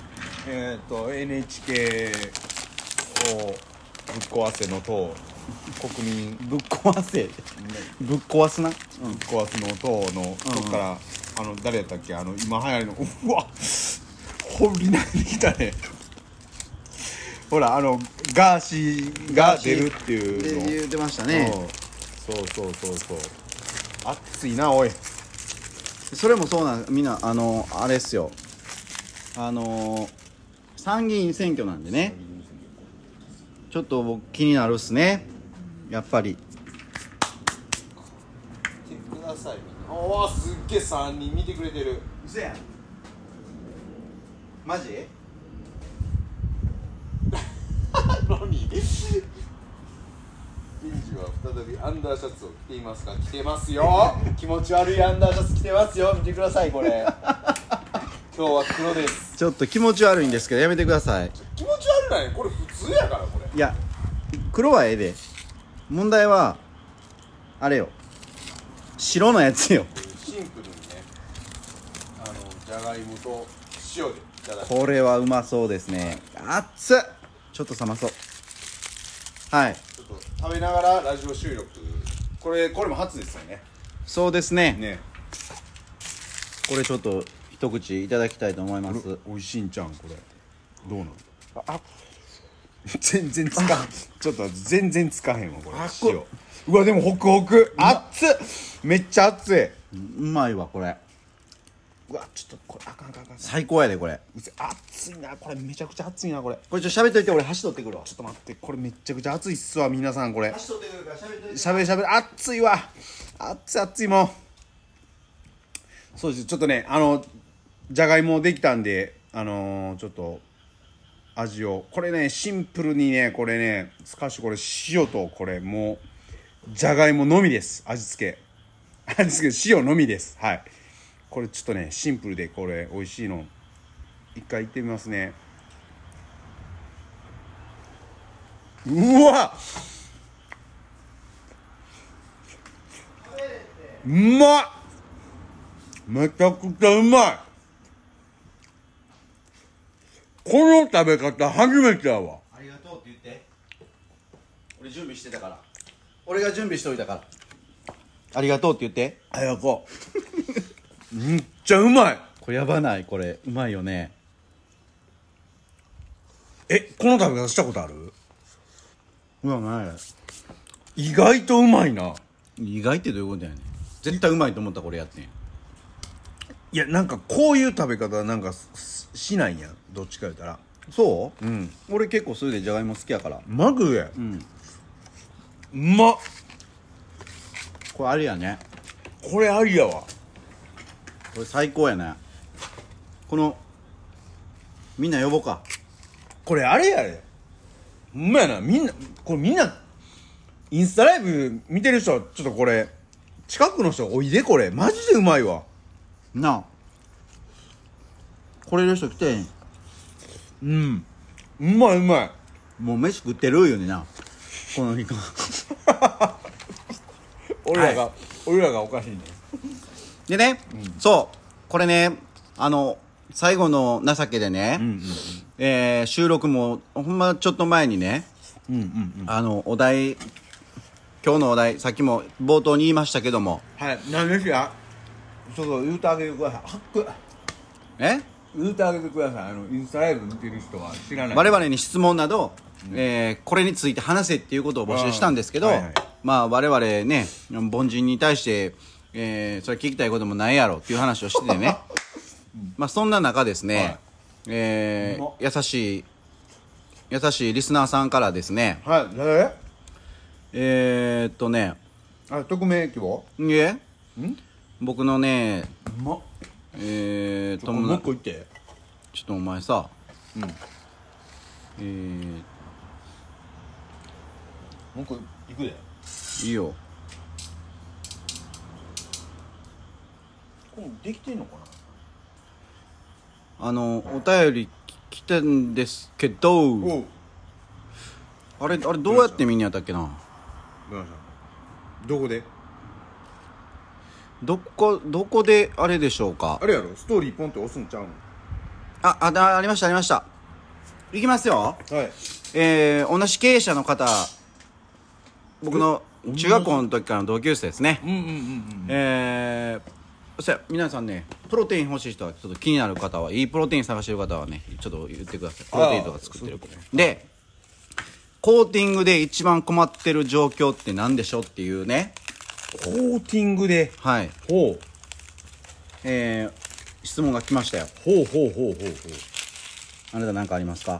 NHK をぶっ壊せの党、国民ぶっ壊せぶっ壊すな、 ぶっ壊すの党の、そっから誰やったっけ、今流行りのうわ掘り投げてきたね。ほらガーシーが出るっていうの言ってましたね。 そう熱いなおい。 それもそうなん、みんなあれっすよ、参議院選挙なんでね、ちょっと僕気になるっすね、やっぱり。 見てください。おー、すっげえ3人見てくれてる。 嘘やん、マジ？ 何？インジは再びアンダーシャツを着ていますか？着てますよ。気持ち悪いアンダーシャツ着てますよ。見てくださいこれ。今日は黒です。 ちょっと気持ち悪いんですけどやめてください。 気持ち悪ない？これ普通やからこれ。 いや黒はええで、問題はあれよ、白のやつよ。 シンプルにね、じゃがいもと塩でいただく。 これはうまそうですね。熱っ、ちょっと冷まそう。はい、 ちょっと食べながらラジオ収録、これも初ですよね。 そうですね。 ね、 これちょっと一口いただきたいと思います。 美味しいんちゃうんこれ。どうなの？全然つかん。ちょっと全然つかへんわこれ。塩。うわでもホクホク。熱っ。めっちゃ熱い。 うまいわこれ。 うわちょっとこれあかん。 最高やでこれ。 熱いなこれ、めちゃくちゃ熱いなこれ。 これちょっと喋っといて、俺箸取ってくるわ。 ちょっと待って、これめちゃくちゃ熱いっすわ皆さんこれ。 箸取ってくるから喋っといて。 しゃべる熱いわ。熱いもう。そうです。ちょっとねじゃがいもできたんでちょっと味を、これねシンプルにね、これね少しこれ塩と、これもうじゃがいものみです。味付け塩のみです。はい、これちょっとねシンプルでこれ美味しいの一回いってみますね。うわうまっ、めちゃくちゃうまい。この食べ方初めてやわ。 ありがとうって言って。俺準備してたから。俺が準備しておいたから。ありがとうって言って。 あやこめっちゃうまい。 これやばない？これうまいよね。 この食べ方したことある？ うわない。 意外とうまいな。 意外ってどういうことやねん。絶対うまいと思ったこれやってん。 いやなんかこういう食べ方なんかしないんや、どっちか言うたら。 そう？ うん、 俺結構それでじゃがいも好きやから。 マグでうん、 うまっ。 これありやね。 これありやわ。 これ最高やね。このみんな呼ぼうか。 これあれやで、ほんまやな。みんなインスタライブ見てる人はちょっとこれ近くの人おいで、これマジでうまいわなあ、これの人来てん。 うん、うまい。 もう飯食ってるよねな、この日か。 俺らがおかしいね。 でね、そうこれね、最後の情けでね、収録もほんまちょっと前にね、お題、今日のお題、さっきも冒頭に言いましたけども、 はい、何ですか？ちょっと言うてあげてください。言うてあげてください。インスタライブ見てる人は知らない。 我々に質問など、これについて話せっていうことを募集したんですけど、まあ我々ね、凡人に対して、それ聞きたいこともないやろっていう話をしててね、まあそんな中ですね、優しいリスナーさんからですね、 はい、誰？匿名希望？ 僕のね、 もう一個言って。 ちょっとお前もう一個いくで。 いいよ。 これできてんのかな。 お便り来てんですけど、あれどうやって見んやったっけな。 どこでどこであれでしょうか。 あれやろ、ストーリーポンって押すんちゃうの。 ありましたいきますよ。 はい。 同じ経営者の方、僕の中学校の時からの同級生ですね。皆さんね、プロテイン欲しい人は、ちょっと気になる方は、いいプロテイン探してる方はね、ちょっと言ってください。プロテインとか作ってる。で、コーティングで一番困ってる状況って何でしょうっていうね。 コーティングで。 はい。 ほう。 質問が来ましたよ。 ほう。 あなた何かありますか？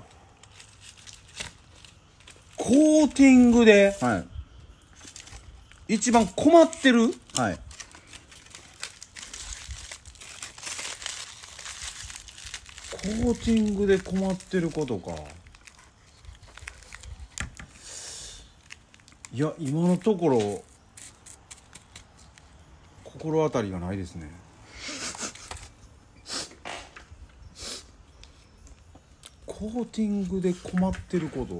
コーティングで。 はい。 一番困ってる。 はい。 コーティングで困ってることか。いや、今のところ心当たりがないですね。コーティングで困ってること、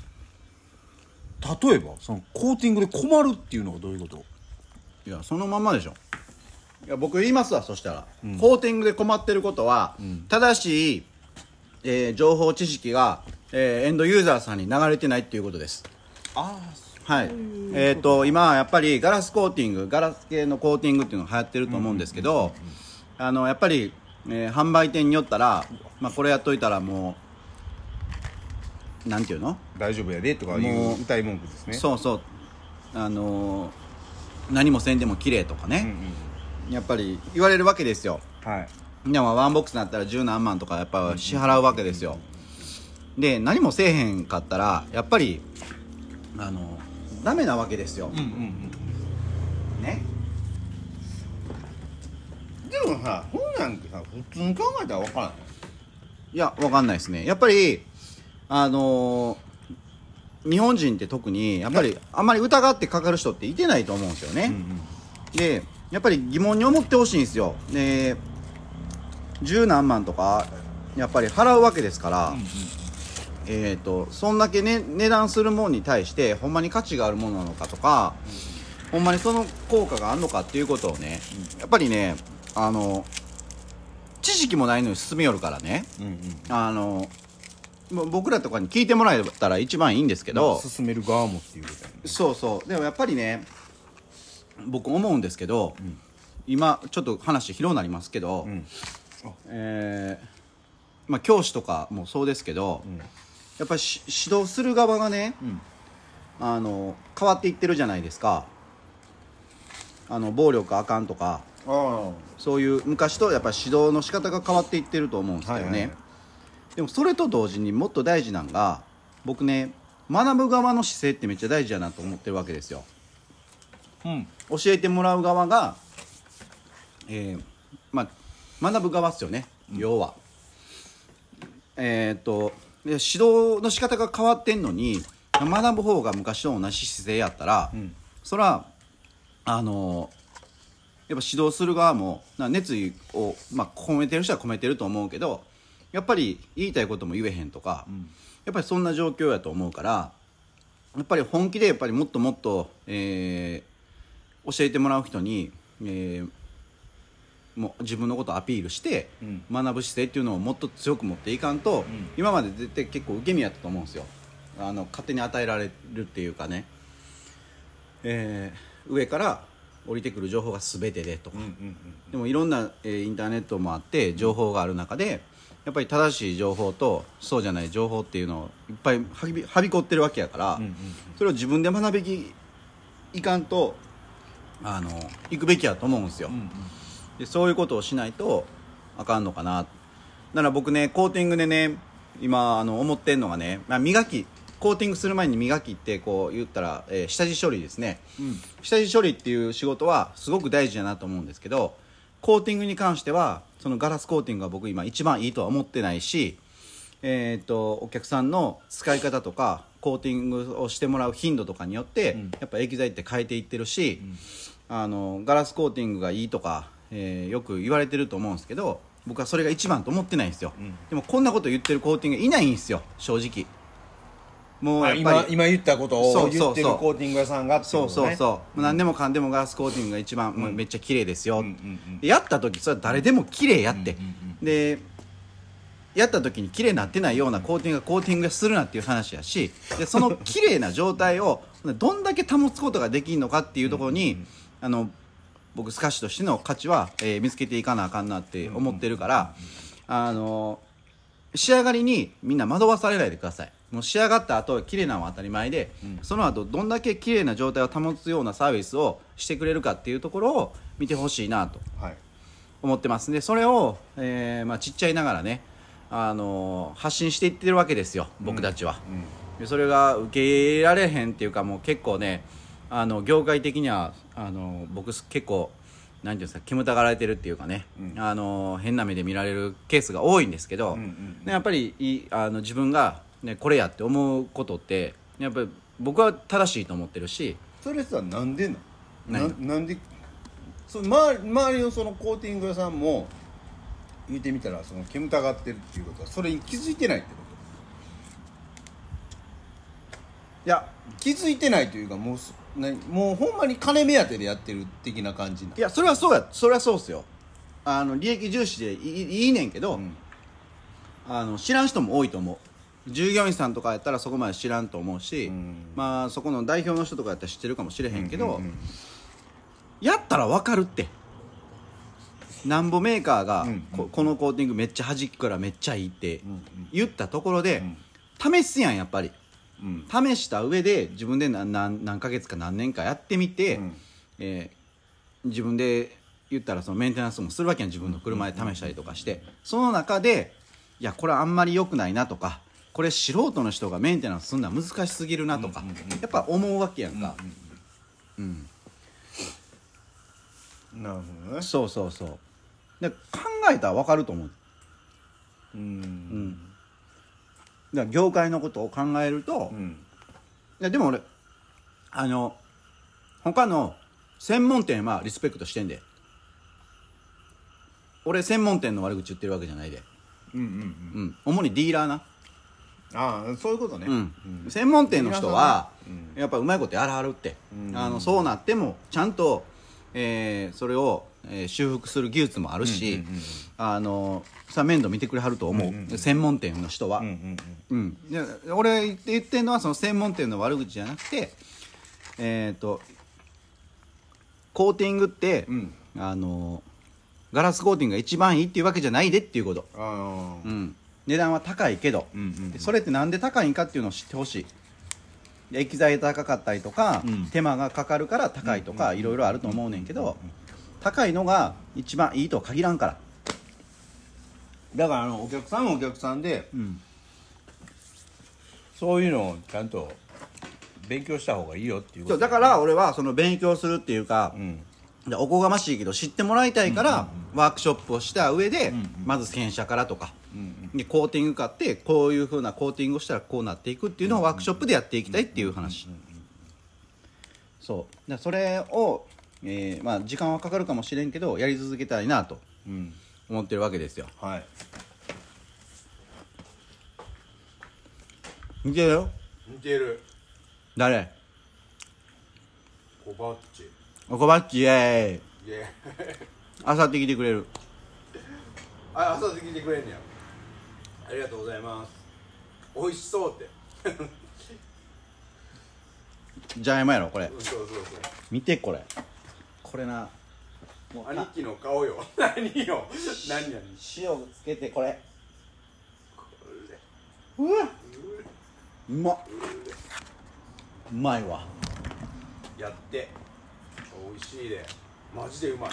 例えばそのコーティングで困るっていうのはどういうこと？ いや、そのまんまでしょ。いや、僕言いますわ。そしたら、コーティングで困ってることは、正しい、情報知識が、エンドユーザーさんに流れてないっていうことです。はい。今やっぱりガラスコーティング、ガラス系のコーティングっていうのが流行ってると思うんですけど、やっぱり、販売店によったら、これやっといたらもうなんていうの、 大丈夫やでとかいう歌い文句ですね。 そうそう、何もせんでも綺麗とかね、やっぱり言われるわけですよ。 はい。 でもワンボックスになったら十何万とかやっぱ支払うわけですよ。で、何もせえへんかったらやっぱりダメなわけですよ。ね。 でもさ、そんなんてさ、普通に考えたら分からない。 いや、分かんないですね。やっぱり日本人って特にやっぱりあんまり疑ってかかる人っていてないと思うんですよね。で、やっぱり疑問に思ってほしいんですよ。で、十何万とかやっぱり払うわけですから、そんだけ、ね、値段するものに対してほんまに価値があるものなのかとか、ほんまにその効果があるのかっていうことをね、やっぱりね、知識もないのに進めよるからね、僕らとかに聞いてもらえたら一番いいんですけど、 進める側もっていうことやね。 そうそう。でもやっぱりね、僕思うんですけど、今ちょっと話広なりますけど、教師とかもそうですけど、やっぱり指導する側がね、変わっていってるじゃないですか。暴力あかんとか、そういう昔とやっぱり指導の仕方が変わっていってると思うんですけどね。でもそれと同時にもっと大事なのが、僕ね、学ぶ側の姿勢ってめっちゃ大事だなと思ってるわけですよ。教えてもらう側が、学ぶ側っすよね、要は。で指導の仕方が変わってんのに学ぶ方が昔と同じ姿勢やったら、それはやっぱ指導する側も熱意を、込めてる人は込めてると思うけど、やっぱり言いたいことも言えへんとか、やっぱりそんな状況やと思うから、やっぱり本気でやっぱりもっともっと、教えてもらう人に、もう自分のことをアピールして、学ぶ姿勢っていうのをもっと強く持っていかんと、今まで絶対結構受け身やったと思うんですよ。勝手に与えられるっていうかね、上から降りてくる情報が全てでとか、でもいろんな、インターネットもあって情報がある中で、やっぱり正しい情報とそうじゃない情報っていうのをいっぱいはびこってるわけやから、それを自分で学びいかんと行くべきやと思うんですよ。で、そういうことをしないとあかんのかな。だから僕ね、コーティングでね、今思ってんのがね、磨き、コーティングする前に磨きってこう言ったら、下地処理ですね、下地処理っていう仕事はすごく大事だなと思うんですけど、コーティングに関してはそのガラスコーティングが僕今一番いいとは思ってないし、 お客さんの使い方とかコーティングをしてもらう頻度とかによって、やっぱ液剤って変えていってるし、ガラスコーティングがいいとか、よく言われてると思うんですけど、僕はそれが一番と思ってないんですよ、でもこんなこと言ってるコーティングいないんですよ正直。もうやっぱり今言ったことを言ってるコーティング屋さんがっていうことね。 そう何でもかんでもガラスコーティングが一番、もうめっちゃ綺麗ですよ、やった時それは誰でも綺麗やって、でやった時に綺麗になってないようなコーティングするなっていう話やし、でその綺麗な状態をどんだけ保つことができるのかっていうところに、僕スカッシュとしての価値は、見つけていかなあかんなって思ってるから、仕上がりにみんな惑わされないでください。もう仕上がった後綺麗なのは当たり前で、その後どんだけ綺麗な状態を保つようなサービスをしてくれるかっていうところを見てほしいなと思ってますね。それを、ちっちゃいながらね、発信していってるわけですよ僕たちは、でそれが受け入れられへんっていうか、もう結構ね業界的には僕結構なんていうんですか、煙たがられてるっていうかね、変な目で見られるケースが多いんですけど、やっぱり自分が、ね、これやって思うことってやっぱり僕は正しいと思ってるし。 それさ、なんでなんで周りのそのコーティング屋さんも言ってみたらその煙たがってるっていうことはそれに気づいてないってこと？いや気づいてないというか、もうほんまに金目当てでやってる的な感じな。 いやそれはそうっすよ。利益重視でいいねんけど、知らん人も多いと思う。従業員さんとかやったらそこまで知らんと思うし、まあそこの代表の人とかやったら知ってるかもしれへんけど、やったら分かるって。なんぼメーカーが、このコーティングめっちゃ弾くからめっちゃいいって言ったところで、試すやんやっぱり、試した上で自分で何ヶ月か何年かやってみて、自分で言ったらそのメンテナンスもするわけやん、自分の車で試したりとかして、その中でいやこれあんまり良くないなとか、これ素人の人がメンテナンスするのは難しすぎるなとか、やっぱ思うわけやんか。 なるほどね。 そうで考えたら分かると思う。だから業界のことを考えると、いやでも俺他の専門店はリスペクトしてんで。俺専門店の悪口言ってるわけじゃないで。主にディーラーな。 そういうことね。 専門店の人はやっぱうまいことやらはるって、そうなってもちゃんと、それを、修復する技術もあるし、さ面倒見てくれはると思う、専門店の人は。で俺言ってんのはその専門店の悪口じゃなくて、コーティングって、ガラスコーティングが一番いいっていうわけじゃないでっていうこと。値段は高いけど、それってなんで高いんかっていうのを知ってほしい。液剤高かったりとか、手間がかかるから高いとか、いろいろあると思うねんけど、高いのが一番いいとは限らんから。 だからお客さんはお客さんで、そういうのをちゃんと勉強した方がいいよっていうこと。 だから俺はその勉強するっていうか、おこがましいけど知ってもらいたいから、ワークショップをした上で、まず洗車からとか、でコーティング買ってこういう風なコーティングをしたらこうなっていくっていうのをワークショップでやっていきたいっていう話。そうそれを、時間はかかるかもしれんけどやり続けたいなと思ってるわけですよ。見てるよ。 似てる。 誰？ コバッチ。 おこばっち、イエーイ。あさって来てくれる。 あさって来てくれんねや。ありがとうございます。美味しそうって。 じゃがいもやろこれ。 そう見てこれな、 もう兄貴の顔よ。何よ。何塩つけてこれ。うわうまいわ。 やって美味しいで、マジでうまい。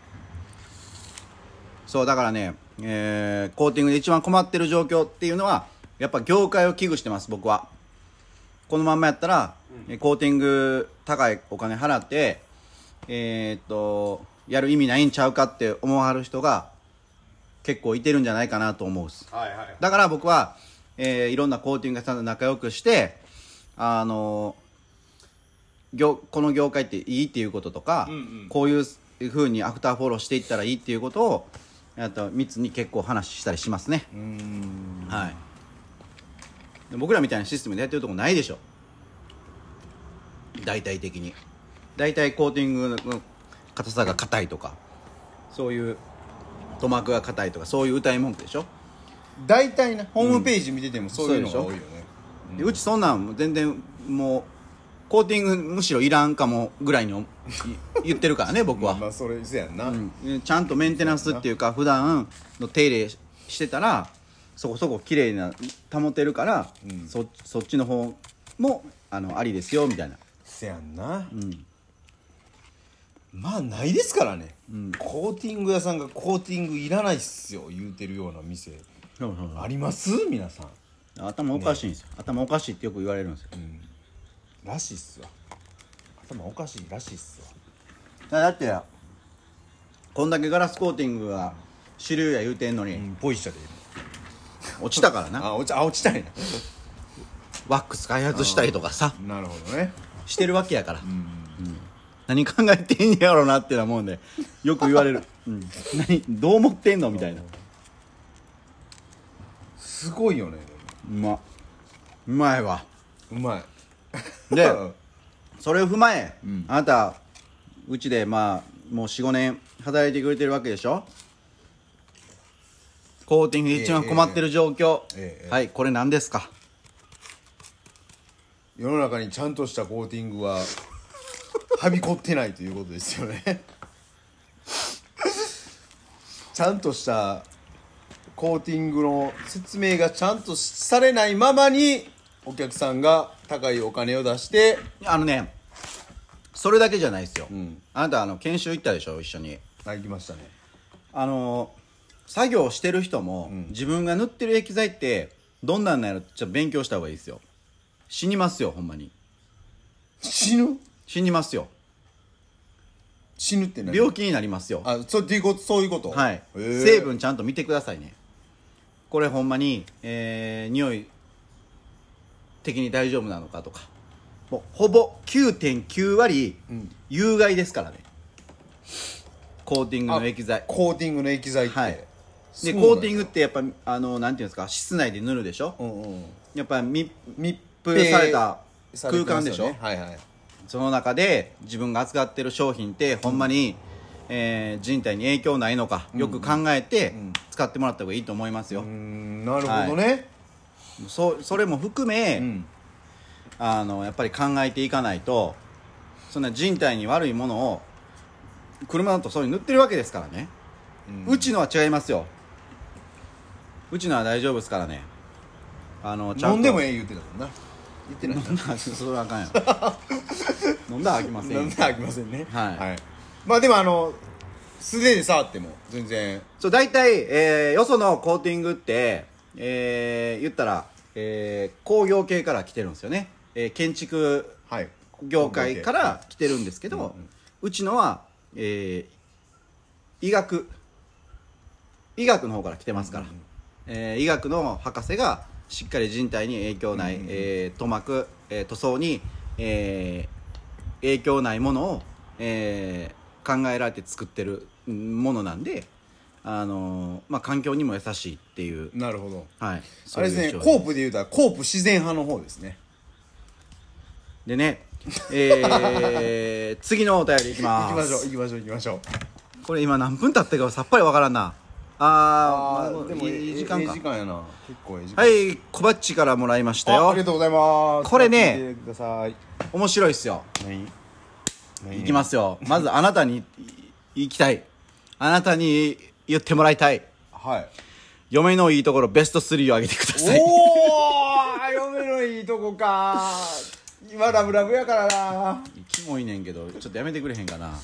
そうだからね、コーティングで一番困ってる状況っていうのはやっぱ業界を危惧してます。僕はこのまんまやったら、コーティング高いお金払ってやる意味ないんちゃうかって思わはる人が結構いてるんじゃないかなと思うっす。だから僕はいろんなコーティング屋さんと仲良くしてこの業界っていいっていうこととか、こういう風にアフターフォローしていったらいいっていうことを密に結構話したりしますね。はい。僕らみたいなシステムでやってるとこないでしょ。大体的に大体コーティングの硬さが硬いとか、そういう塗膜が硬いとか、そういう歌い文句でしょ。 大体なホームページ見ててもそういうのが多いよね。 うちそんなん全然もうコーティングむしろいらんかもぐらいに言ってるからね僕は。 まあそれそうやんな、 ちゃんとメンテナンスっていうか普段の手入れしてたらそこそこ綺麗な保てるから、そっちの方もありですよみたいな。 せやんな、まあないですからね、コーティング屋さんがコーティングいらないっすよ言うてるような店あります皆さん。 頭おかしいんですよ、頭おかしいってよく言われるんですよ、 らしいっすわ。頭おかしいらしいっすわ。 だってこんだけガラスコーティングが主流や言うてんのに、 ポイシャで落ちたからな。 落ちたいなワックス開発したりとかさ、 なるほどね、 してるわけやから、何考えてんやろうなってなもんでよく言われる、どう思ってんのみたいな。 すごいよね。 うまいわ。 うまいでそれを踏まえ、あなたうちでもう 4,5 年働いてくれてるわけでしょ。コーティングで一番困ってる状況、はい、これ何ですか。 世の中にちゃんとしたコーティングははびこってないということですよねちゃんとしたコーティングの説明がちゃんとされないままにお客さんが高いお金を出して、 それだけじゃないですよ、あなた研修行ったでしょ一緒に。 行きましたね。 作業してる人も、自分が塗ってる液剤ってどんなんなのちょっと勉強した方がいいですよ。死にますよほんまに。 死にますよ。 死ぬって何？ 病気になりますよ。 そういうこと。 はい。成分ちゃんと見てくださいね。これほんまに匂い的に大丈夫なのかとか、もうほぼ 9.9 割有害ですからね、コーティングの液剤。 コーティングの液剤って、 はい、でコーティングってやっぱなんていうんですか、室内で塗るでしょ、やっぱ密封された空間でしょ、その中で自分が扱ってる商品ってほんまに、人体に影響ないのかよく考えて使ってもらった方がいいと思いますよ。 なるほどね、 それも含め、やっぱり考えていかないと、そんな人体に悪いものを車だとそういう塗ってるわけですからね、うちのは違いますよ。うちのは大丈夫ですからね。ちゃんと飲んでもええ言ってたもんな。言ってない。 飲んだらそれはあかんよ飲んだら飽きませんよ。 飲んだら飽きませんね。 はい、 まあでも素手で触っても全然そう大体、よそのコーティングって、言ったら、工業系から来てるんですよね、建築業界から来てるんですけど、うちのは、医学の方から来てますから、医学の博士がしっかり人体に影響ない、塗膜、塗装に、影響ないものを、考えられて作ってるものなんで、環境にも優しいっていう。 なるほど、 はい、 あれですね、コープでいうたらコープ自然派の方ですね。 でね、次のお便りいきます。 行きましょう。 これ今何分経ってるかさっぱりわからんな。 でもいい時間か。 いい時間やな。結構いい時間。 はい、小バッチからもらいましたよ。 ありがとうございます。 これね、 ください。 面白いっすよ。いきますよ。まずあなたに言いたい。あなたに言ってもらいたい。 はい。 嫁のいいところベスト3を挙げてください。 嫁のいいとこか。今ラブラブやからな。 キモいねんけどちょっとやめてくれへんかな。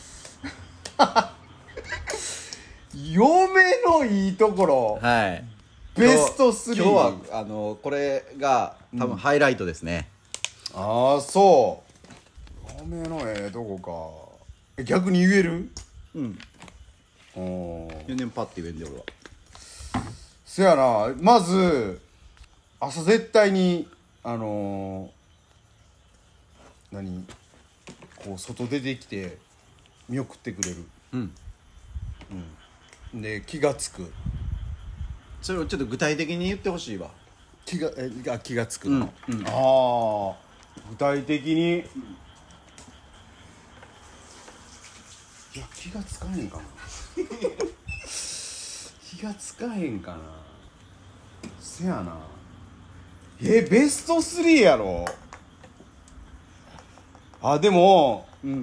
嫁のいいところ、 はい、 ベスト3。 今日はこれが多分ハイライトですね、 そう。嫁のとこか。逆に言える？ 全然パッて言えんで俺は。 せやな、まず朝絶対にこう外出てきて見送ってくれる。で気がつく。 それをちょっと具体的に言ってほしいわ。 気がつくの、ああ具体的に、いや気がつかへんかな気がつかへんかな。せやな。ベスト3やろ。でも、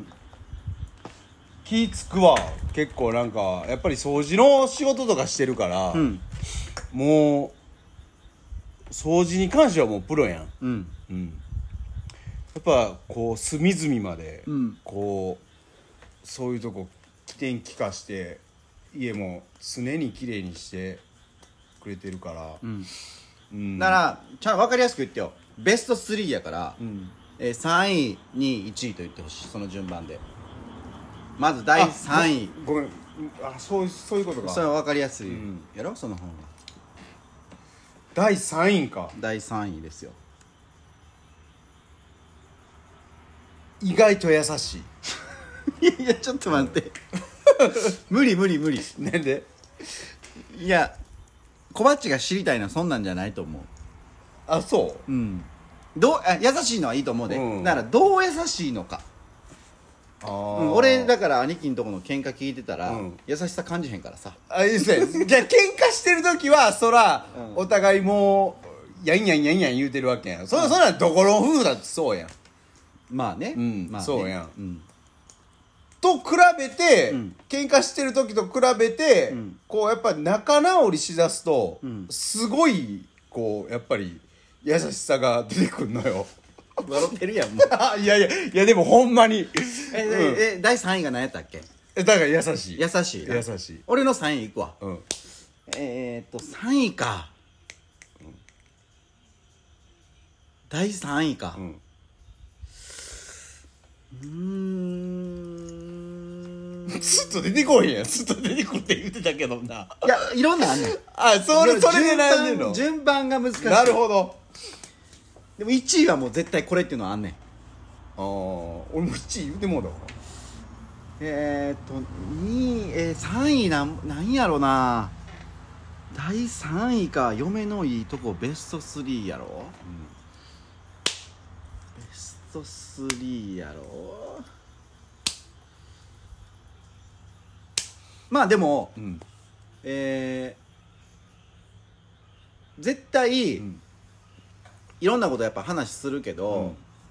気つくわ。結構なんかやっぱり掃除の仕事とかしてるから、もう掃除に関してはもうプロやん。やっぱこう隅々まで、こうそういうとこ起点利かして家も常にきれいにしてくれてるから、 だからちゃんと分かりやすく言ってよ。ベスト3やから、3位2位1位と言ってほしい。その順番でまず第3位。 ごめん、そういうことか。 それは分かりやすいやろ、その本が。 第3位か。 第3位ですよ。 意外と優しいやちょっと待って無理なんで。 いや小バッチが知りたいのはそんなんじゃないと思う。 そう。 優しいのはいいと思うで、だからどう優しいのか。俺だから兄貴んとこの喧嘩聞いてたら、優しさ感じへんからさ。 いいですね。じゃあ喧嘩してる時はそら、お互いもうやん言うてるわけやん。そらどこの夫婦だってそうやん。 まあね、 そうやん、と比べて、喧嘩してる時と比べて、こうやっぱ仲直りしだすと、すごいこうやっぱり優しさが出てくんのよ。 笑ってるやんもういやでもほんまに第3位が何やったっけ。 だから優しい。 優しい。俺の3位いくわ。3位か。第3位か。 ずっと出てこいやん。ずっと出てくるって言ってたけどな。 いやいろんなあんねん。 それで悩んでんの。 順番が難しい。 なるほど。 でも1位はもう絶対これっていうのはあんねん。 俺も1位言うてもうだわ。 2位3位なんやろな。第3位か。嫁のいいとこベスト3やろ、ベスト3やろ。まあでも、絶対、いろんなことやっぱ話するけど、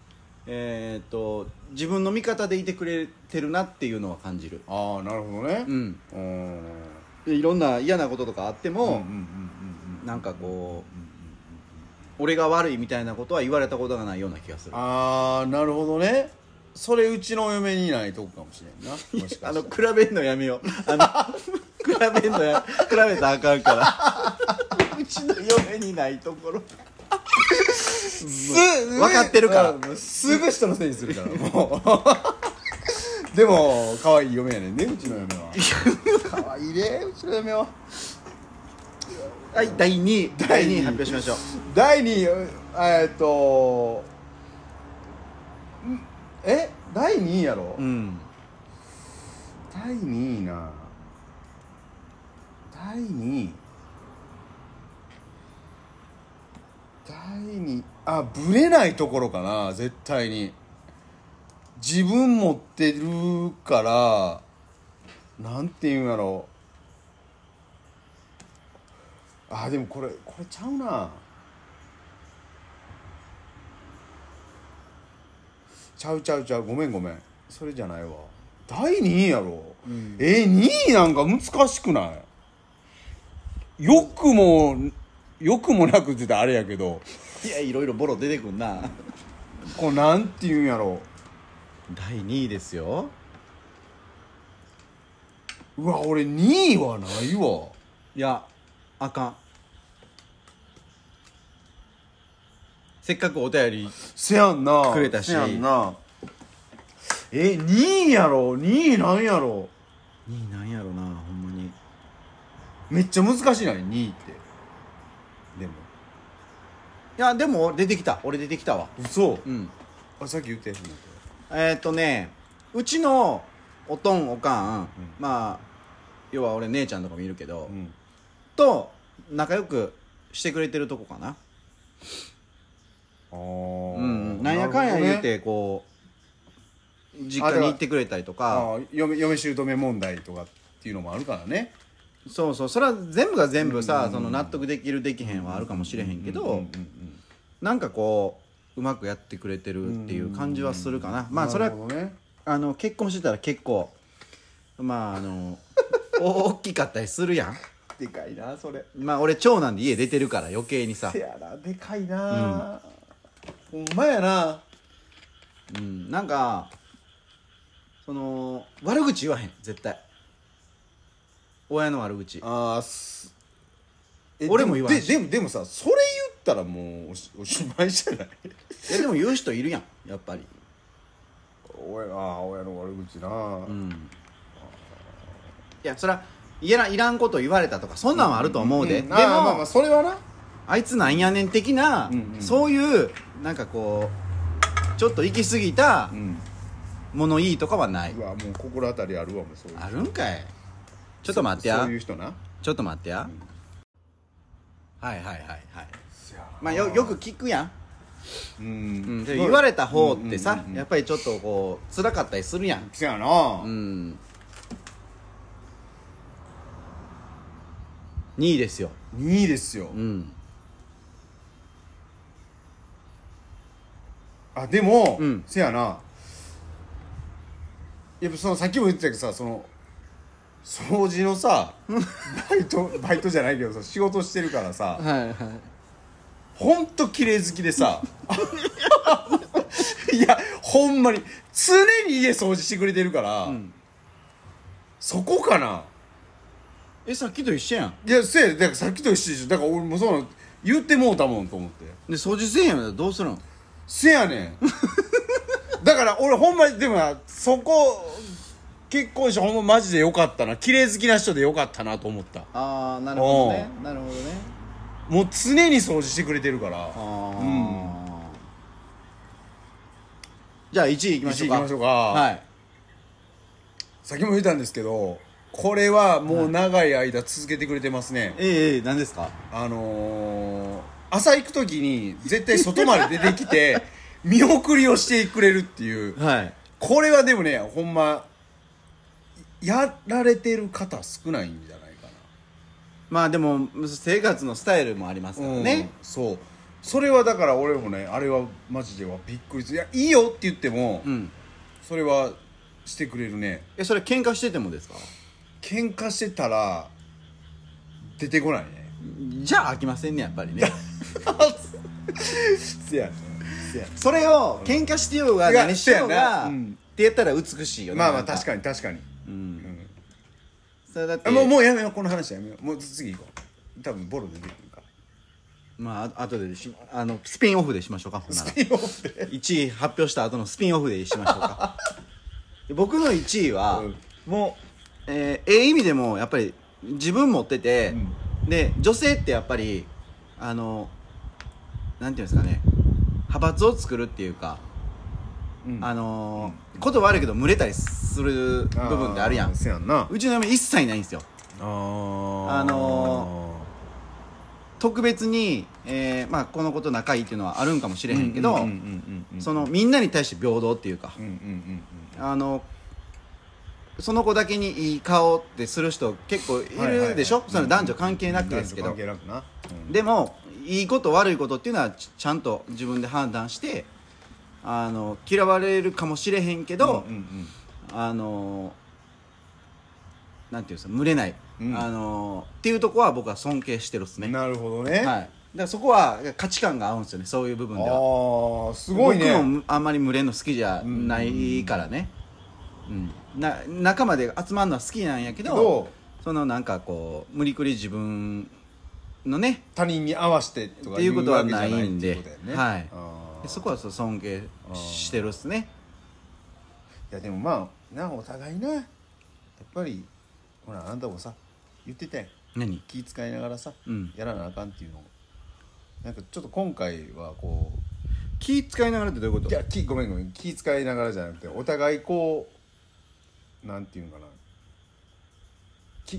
自分の味方でいてくれてるなっていうのは感じる。 なるほどね。 いろんな嫌なこととかあっても、なんかこう、俺が悪いみたいなことは言われたことがないような気がする。 なるほどね。それうちのお嫁にないとこかもしれんな。もしかしたら比べんのやめよう。比べたらあかんからうちの嫁にないところ分かってるから、 すぐ人のせいにするからもうでも可愛い嫁やねんね、うちの嫁は。可愛いね、うちの嫁は。 はい、第2位発表しましょう。 第2位第2位やろ。第2位な。第2ブレないところかな。絶対に自分持ってるからなんていうんやろ。でもこれちゃうな。ちゃうごめんそれじゃないわ。第2位やろ、2位なんか難しくない？よくもなくって言ったらあれやけど、 いやいろいろボロ出てくんな。 こうなんていうんやろ。 第2位ですよ。 うわ、俺2位はないわ。 いやあかん。せっかくお便りせやんなくれたし。 せやんな。2位やろ。2位なんやろ。 2位なんやろな、ほんまに。 めっちゃ難しいな、2位って。でもいやでも俺出てきたわ。 嘘。 うん。 さっき言ってうちのおとんおかん、まあ要は俺姉ちゃんとかもいるけど、と仲良くしてくれてるとこかな。なんやかんや言うてこう実家に行ってくれたりとか、 嫁姑問題とかっていうのもあるからね。 そうそう、それは全部が全部さ、その納得できるできへんはあるかもしれへんけど、なんかこううまくやってくれてるっていう感じはするかな。まあそれは結婚してたら結構まあ大きかったりするやん。 でかいなそれ。 まあ俺長男で家出てるから余計にさ。 せやな、でかいな、ほんまやな。 なんかその悪口言わへん絶対。親の悪口。俺も言わんし。 でもさ、それ言ったらもうおしまいじゃない？ いやでも言う人いるやんやっぱり。 親の悪口な。 いやそりゃいらんこと言われたとかそんなんはあると思うで。でもまあそれはな、 あいつなんやねん的な、そういうなんかこうちょっと行き過ぎた物言いとかはない。 うわもう心当たりあるわ。もうそういうあるんかい。ちょっと待ってや。 そういう人な。 ちょっと待ってや。はいまあよく聞くやん。言われた方ってさ、やっぱりちょっとこう辛かったりするやん。 そやな。 2位ですよ。 2位ですよ。でも、せやな。やっぱそのさっきも言ってたけどさ、その掃除のさバイトじゃないけどさ、仕事してるからさ、ほんと綺麗好きでさいやほんまに常に家掃除してくれてるから、そこかな。 さっきと一緒やん。 いやだからさっきと一緒でしょ。だから俺もそう言ってもうたもんと思って。 で掃除せえへんやんどうするん。 せやねんだから俺ほんまにでもな、そこ結婚してほんまマジでよかったな。綺麗好きな人でよかったなと思った。 なるほどね。 もう常に掃除してくれてるから。 じゃあ1位いきましょうか。はい。 さっきも言ったんですけど、これはもう長い間続けてくれてますね。 何ですか。 朝行く時に絶対外まで出てきて見送りをしてくれるっていう、これはでもねほんまやられてる方少ないんじゃないかな。 まあでも生活のスタイルもありますからね。 そうそれはだから俺もねあれはマジではびっくりする。いやいいよって言っても、それはしてくれるね。 それ喧嘩しててもですか。 喧嘩してたら出てこないね。 じゃあ飽きませんねやっぱりねせやそれを喧嘩してようが何しようがってやったら美しいよね。 まあ確かにそれだってもうやめよう、この話やめよう。もう次行こう。多分ボロ出てくるから。 まあ後でスピンオフでしましょうか。 スピンオフで 1位発表した後のスピンオフでしましょうか僕の1位は、もう意味でもやっぱり自分持ってて、で女性ってやっぱりなんていうんですかね、派閥を作るっていうか、言葉悪いけど群れたりする部分であるやん。うちの嫁一切ないんですよ。特別に、まあこの子と仲いいっていうのはあるんかもしれへんけど、そのみんなに対して平等っていうか、その子だけにいい顔ってする人結構いるでしょ。その男女関係なくですけど、でもいいこと悪いことっていうのはちゃんと自分で判断して嫌われるかもしれへんけど、なんていうんですか、群れない、っていうとこは僕は尊敬してるっすね。 なるほどね。 だからそこは価値観が合うんですよね、そういう部分では。 すごいね。 僕もあんまり群れるの好きじゃないからね。仲間で集まるのは好きなんやけど、そのなんかこう無理くり自分のね他人に合わせてとかっていうことはないんで、 はいそこは尊敬してるっすね。 いやでもまあな、お互いなやっぱりほら、あんたもさ言ってたやん。 何？ 気使いながらさ、やらなあかんっていうのをなんかちょっと今回はこう気使いながらってどういうこと？ いやごめん気使いながらじゃなくてお互いこうなんていうんかな気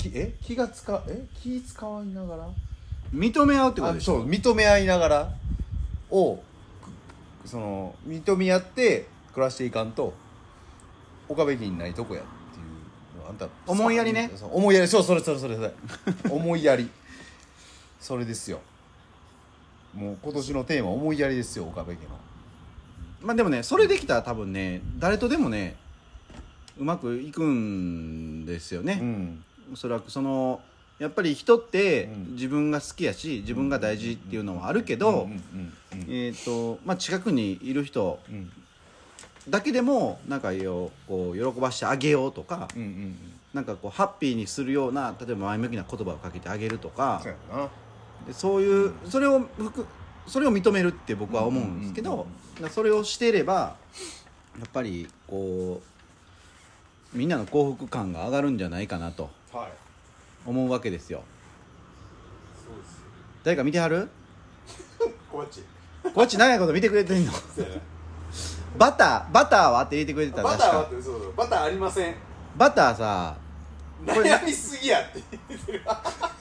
使いながら認め合うってことでしょ？ そう認め合いながらをその認め合って暮らしていかんと岡部家にないとこやっていうあんた思いやりね。 思いやりそれ思いやりそれですよ。もう今年のテーマ思いやりですよ岡部家の。 まあでもねそれできたら多分ね誰とでもねうまくいくんですよね、うん、おそらくそのやっぱり人って自分が好きやし自分が大事っていうのはあるけどまあ近くにいる人だけでもなんかこう喜ばしてあげようとか、なんかこうハッピーにするような例えば前向きな言葉をかけてあげるとかそういうそれを認めるって僕は思うんですけどそれをしていればやっぱりこうみんなの幸福感が上がるんじゃないかなと思うわけですよ。そうですよ。誰か見てはる？こっち長いこと見てくれてんの？バターはって入れてくれてた。 バターはってそうバターありません。 バターさ悩みすぎやって言ってる。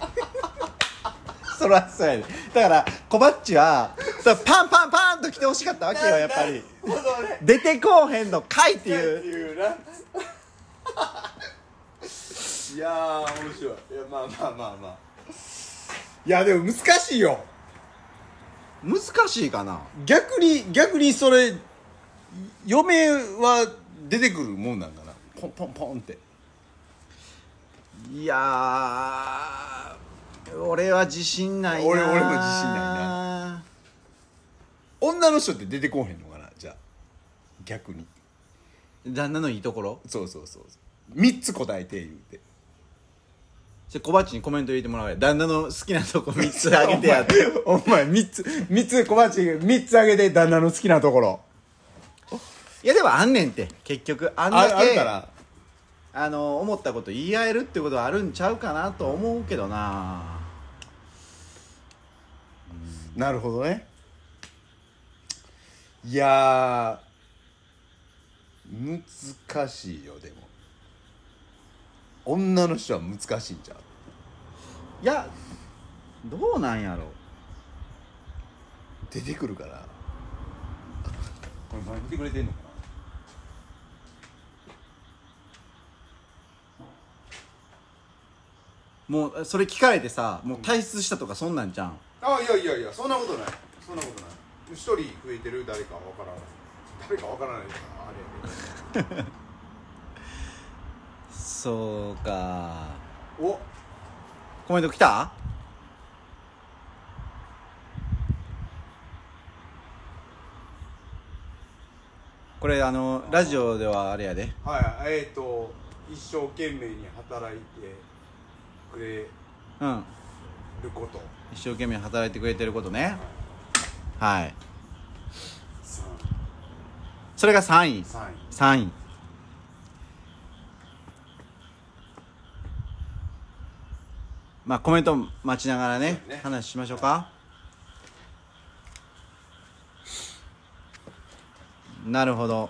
そらそうやね。だからコバッチはパンパンパンと来てほしかったわけよやっぱり。出てこうへんのかいっていう。 いやー面白い。いやまあいやでも難しいよ。 難しいかな。 逆にそれ嫁は出てくるもんなんかな。ポンポンポンって。 いや俺は自信ないな。 俺も自信ないな。女の人って出てこうへんのかな。じゃあ逆に旦那のいいところ。 そう3つ答えて言うてじゃあコバッチにコメント入れてもらうや。旦那の好きなとこ3つあげてやってお前3つ小鉢3つあげて旦那の好きなところ。 いやでもあんねんって結局あんだけあるから思ったこと言い合えるってことはあるんちゃうかなと思うけどな。 なるほどね。いや難しいよ。でも女の人は難しいんちゃう？ いやどうなんやろ。 出てくるからこれ前見てくれてんのかな。もうそれ聞かれてさもう退出したとかそんなんじゃん。 いやそんなことない一人増えてる誰かわからないあれやけどそうか。 おコメント来た？これラジオではあれやで。 はい一生懸命に働いてくれること、 一生懸命働いてくれてることね。はい。それが3位。まあコメント待ちながらね話しましょうか。なるほど。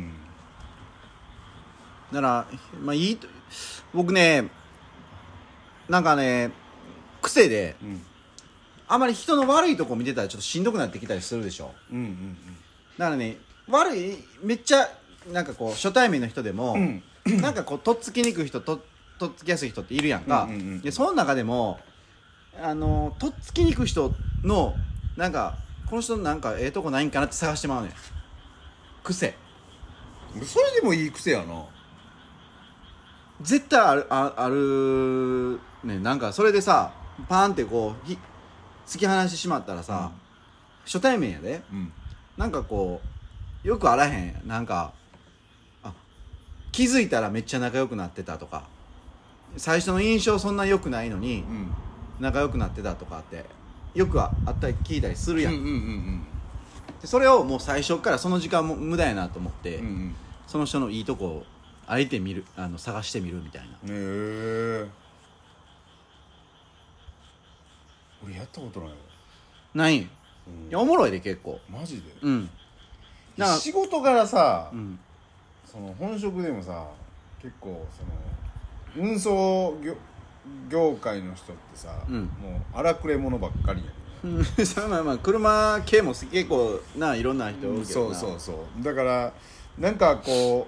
ならまあいいと僕ねなんかね癖で、あまり人の悪いとこ見てたらちょっとしんどくなってきたりするでしょ。だからねめっちゃなんかこう初対面の人でも、なんかこうとっつきにくい人とっつきやすい人っているやんか。でその中でもとっつきにくい人のなんかこの人なんかええとこないんかなって探してまうねん。癖。 それでもいい癖やな。 絶対あるね。なんかそれでさパーンってこう突き放してしまったらさ、初対面やで、なんかこうよくあらへん。なんか気づいたらめっちゃ仲良くなってたとか最初の印象そんな良くないのに、仲良くなってたとかってよくあったり聞いたりするやん。でそれをもう最初からその時間も無駄やなと思って、その人のいいとこをあえて見る探してみるみたいな。 俺やったことないわ。 ないん、いやおもろいで結構。 マジで。 うんなんか仕事柄さ、 うんその本職でもさ結構その運送業界の人ってさ、 うんもう荒くれ者ばっかりやねまあまあ車系も結構ないろんな人おるけどな。 そうだからなんかこ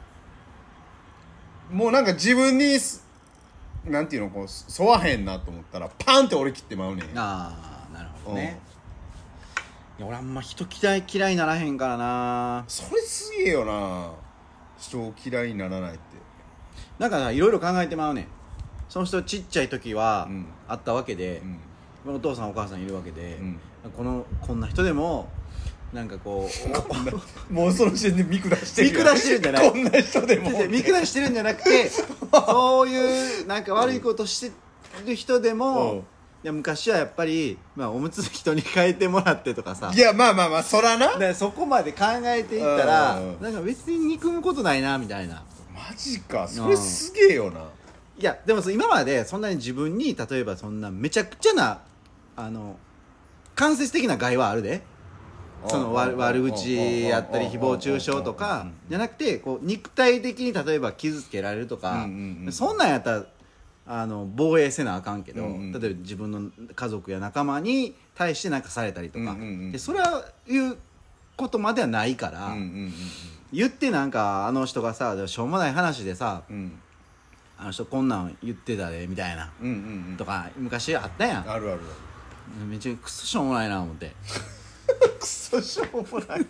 うもうなんか自分になんていうのこう沿わへんなと思ったらパンって折り切ってまうねん。 ああなるほどね。いや俺あんま人嫌いにならへんからな。 それすげえよな、人を嫌いにならないって。 なんかいろいろ考えてまうねん。その人ちっちゃい時はあったわけで、お父さんお母さんいるわけで、こんな人でもなんかこうもうその時点で見下してる見下してるんじゃないこんな人でも見下してるんじゃなくてそういうなんか悪いことしてる人でも、いや昔はやっぱり、まあ、おむつ人に変えてもらってとかさ、 いやまあそらな、 でそこまで考えていったらなんか別に憎むことないなみたいな。 マジか、それすげえよな。 いやでも今までそんなに自分に例えばそんなめちゃくちゃな間接的な害はあるで、その悪口やったり誹謗中傷とかじゃなくて、こう肉体的に例えば傷つけられるとか、そんなんやったら防衛せなあかんけど、例えば自分の家族や仲間に対してなんかされたりとか、でそれはいうことまではないから、言ってなんかあの人がさしょうもない話でさ、あの人こんなん言ってたでみたいな、とか昔あったやん。 あるめっちゃクソしょうもないな思ってクソしょうもない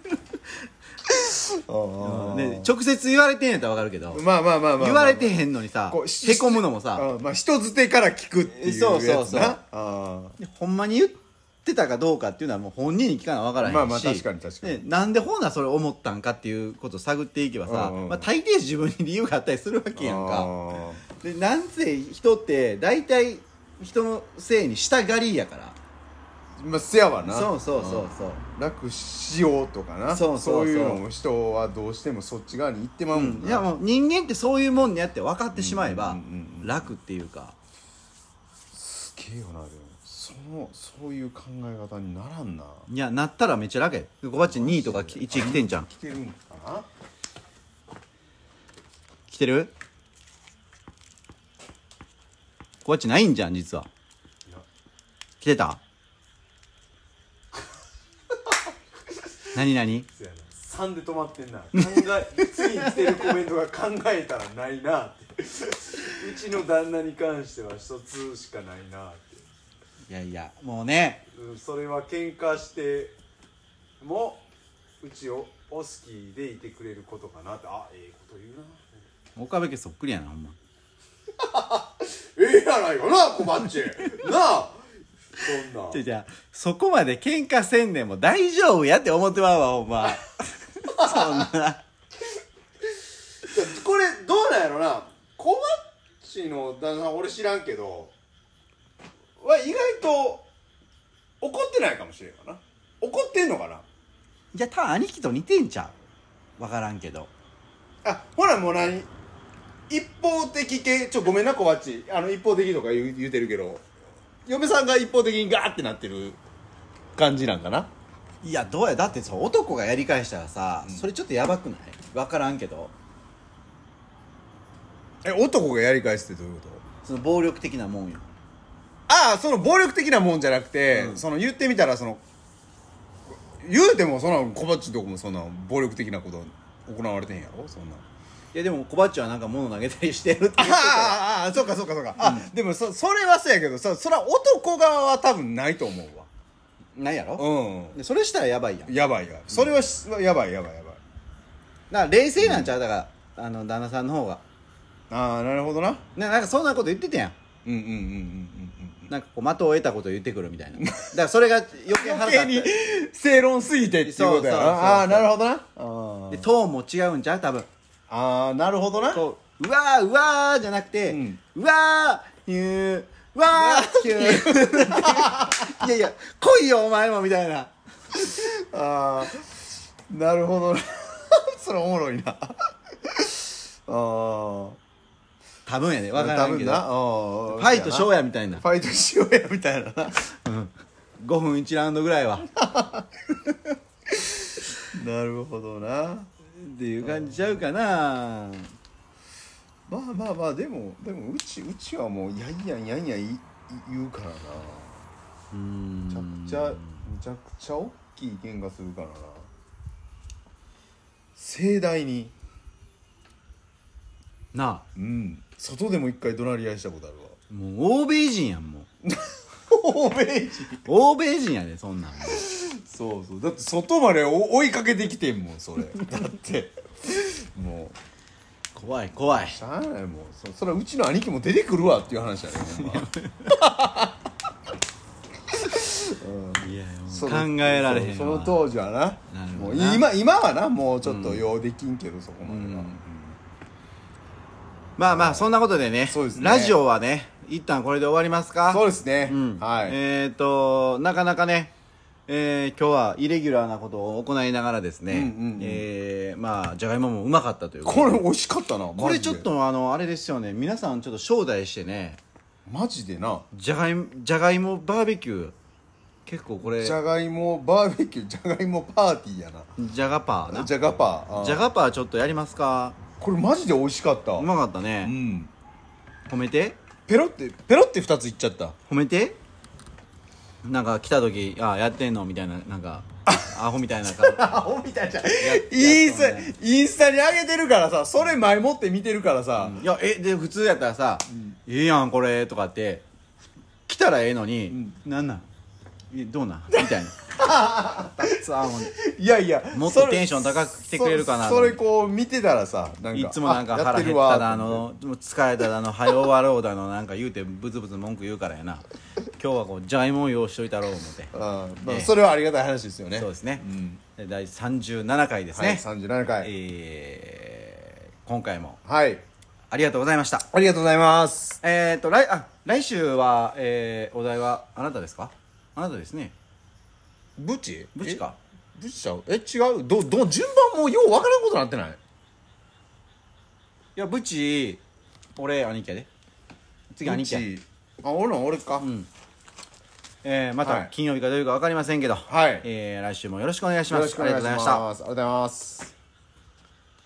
で直接言われてんやったら分かるけど、 まあ言われてへんのにさへこむのもさ、 人づてから聞くっていうやつな。 そうほんまに言ってたかどうかっていうのはもう本人に聞かな分からへんし、 確かにでなんでほんなそれ思ったんかっていうことを探っていけばさ、大抵自分に理由があったりするわけやんか。でなんせ人って大体人のせいにしたがりやから、 せやわな。 そう楽しようとかな、そういうのも人はどうしてもそっち側に行ってまうもんな。 いやもう人間ってそういうもんにやって分かってしまえば楽っていうか。 すげえよな。でもそういう考え方にならんな。 いやなったらめっちゃ楽や。5バッチ2位とか1位来てんじゃん。 来てるんかな。 来てる5バッチないんじゃん実は。来てた何 3で止まってんな。次に来てるコメントが考えたらないなってうちの旦那に関しては一つしかないなって。 いやもうね、 それは喧嘩してもうちをお好きでいてくれることかなって。こと言うな。 岡部家そっくりやなほんま。 やないかな小バッチなあ。そんなじゃそこまで喧嘩せんでも大丈夫やって思ってまうわほんまそんなこれどうなんやろな。小バッチの旦那さん俺知らんけどは意外と怒ってないかもしれんかな。怒ってんのかな。 いや多分兄貴と似てんちゃう、分からんけど。 ほらもう一方的系。ごめんな小バッチ、一方的とか言うてるけど嫁さんが一方的にガーってなってる感じなんかな。 いやどうや、だって男がやり返したらさ、それちょっとやばくない？分からんけど。 男がやり返すってどういうこと？ その暴力的なもんよ。 その暴力的なもんじゃなくて、その言ってみたら言うてもそんな小バッチのとこもそんな暴力的なこと行われてへんやろそんな。 いやでも小バッチはなんか物投げたりしてるって言ってた。 そうか、でもそれはそうやけどそれは男側は多分ないと思うわ。 ないやろ。でそれしたらやばいやん。 やばいそれはやばい。だから冷静なんちゃう。だから旦那さんの方が。 なるほどな。 なんかそんなこと言ってたやん。なんかこう的を得たことを言ってくるみたいな。だからそれが余計腹立って余計に正論すぎてっていうことやな。なるほどな。 でトーンも違うんちゃう多分。 なるほどな。 こううわーじゃなくて、うわーヒューわーヒューいや来いよお前もみたいな。 なるほどなそれおもろいな。 多分やで分からんけどファイトしようやみたいな。 ファイトしようやみたいなな。 5分1ラウンドぐらいはなるほどなっていう感じちゃうかな。 まあまあまあでもうちはもうやんやん言うからな。むちゃくちゃ大きい喧嘩するからな。盛大になあ、 外でも一回怒鳴り合いしたことあるわ。 もう欧米人やん、もう欧米人欧米人やで、そんなんもうそうだって外まで追いかけてきてんもんそれだってもう怖いしゃあないもうそれはうちの兄貴も出てくるわっていう話やねほんまいや考えられへんわ。 その当時はなもう今はなもうちょっとようできんけど、そこまでは、 まあまあそんなことでね、ラジオはね一旦これで終わりますか。 そうですね、はい。 なかなかね、今日はイレギュラーなことを行いながらですね、まあじゃがいももうまかったというこれ美味しかったな。 これちょっとあれですよね、皆さんちょっと招待してね、 マジでなじゃがいもバーベキュー、結構これじゃがいもバーベキュー、じゃがいもパーティーやな。 じゃがパーな、 じゃがパーちょっとやりますか。 これマジで美味しかった。 うまかったね。褒めて。 ペロって2ついっちゃった。 褒めて。なんか来た時やってんのみたいな、なんかアホみたいなアホみたいじゃん。インスタに上げてるからさ、それ前もって見てるからさ、 いやで普通やったらさ、ええやんこれとかって来たらええのに、なんなんどうなんみたいな。いやいやもっとテンション高く来てくれるかな。 それこう見てたらさ、なんかいつもなんか腹減っただ疲れただ早終わろうだのなんか言うてブツブツ文句言うからやな。今日はこうじゃがいもを用意しといたろう思って。 まあそれはありがたい話ですよね。 そうですね。第37回ですね。 はい、37回。 今回もはいありがとうございました。 ありがとうございます。 来週はお題はあなたですか。あなたですね。 ブチか。 ブチちゃう？違う？順番もうようわからんことなってない？ いやブチ俺兄貴やで。次兄貴や。 俺か。 また金曜日か土曜日か分かりませんけど、来週もよろしくお願いします。 ありがとうございます。ありがとうございます。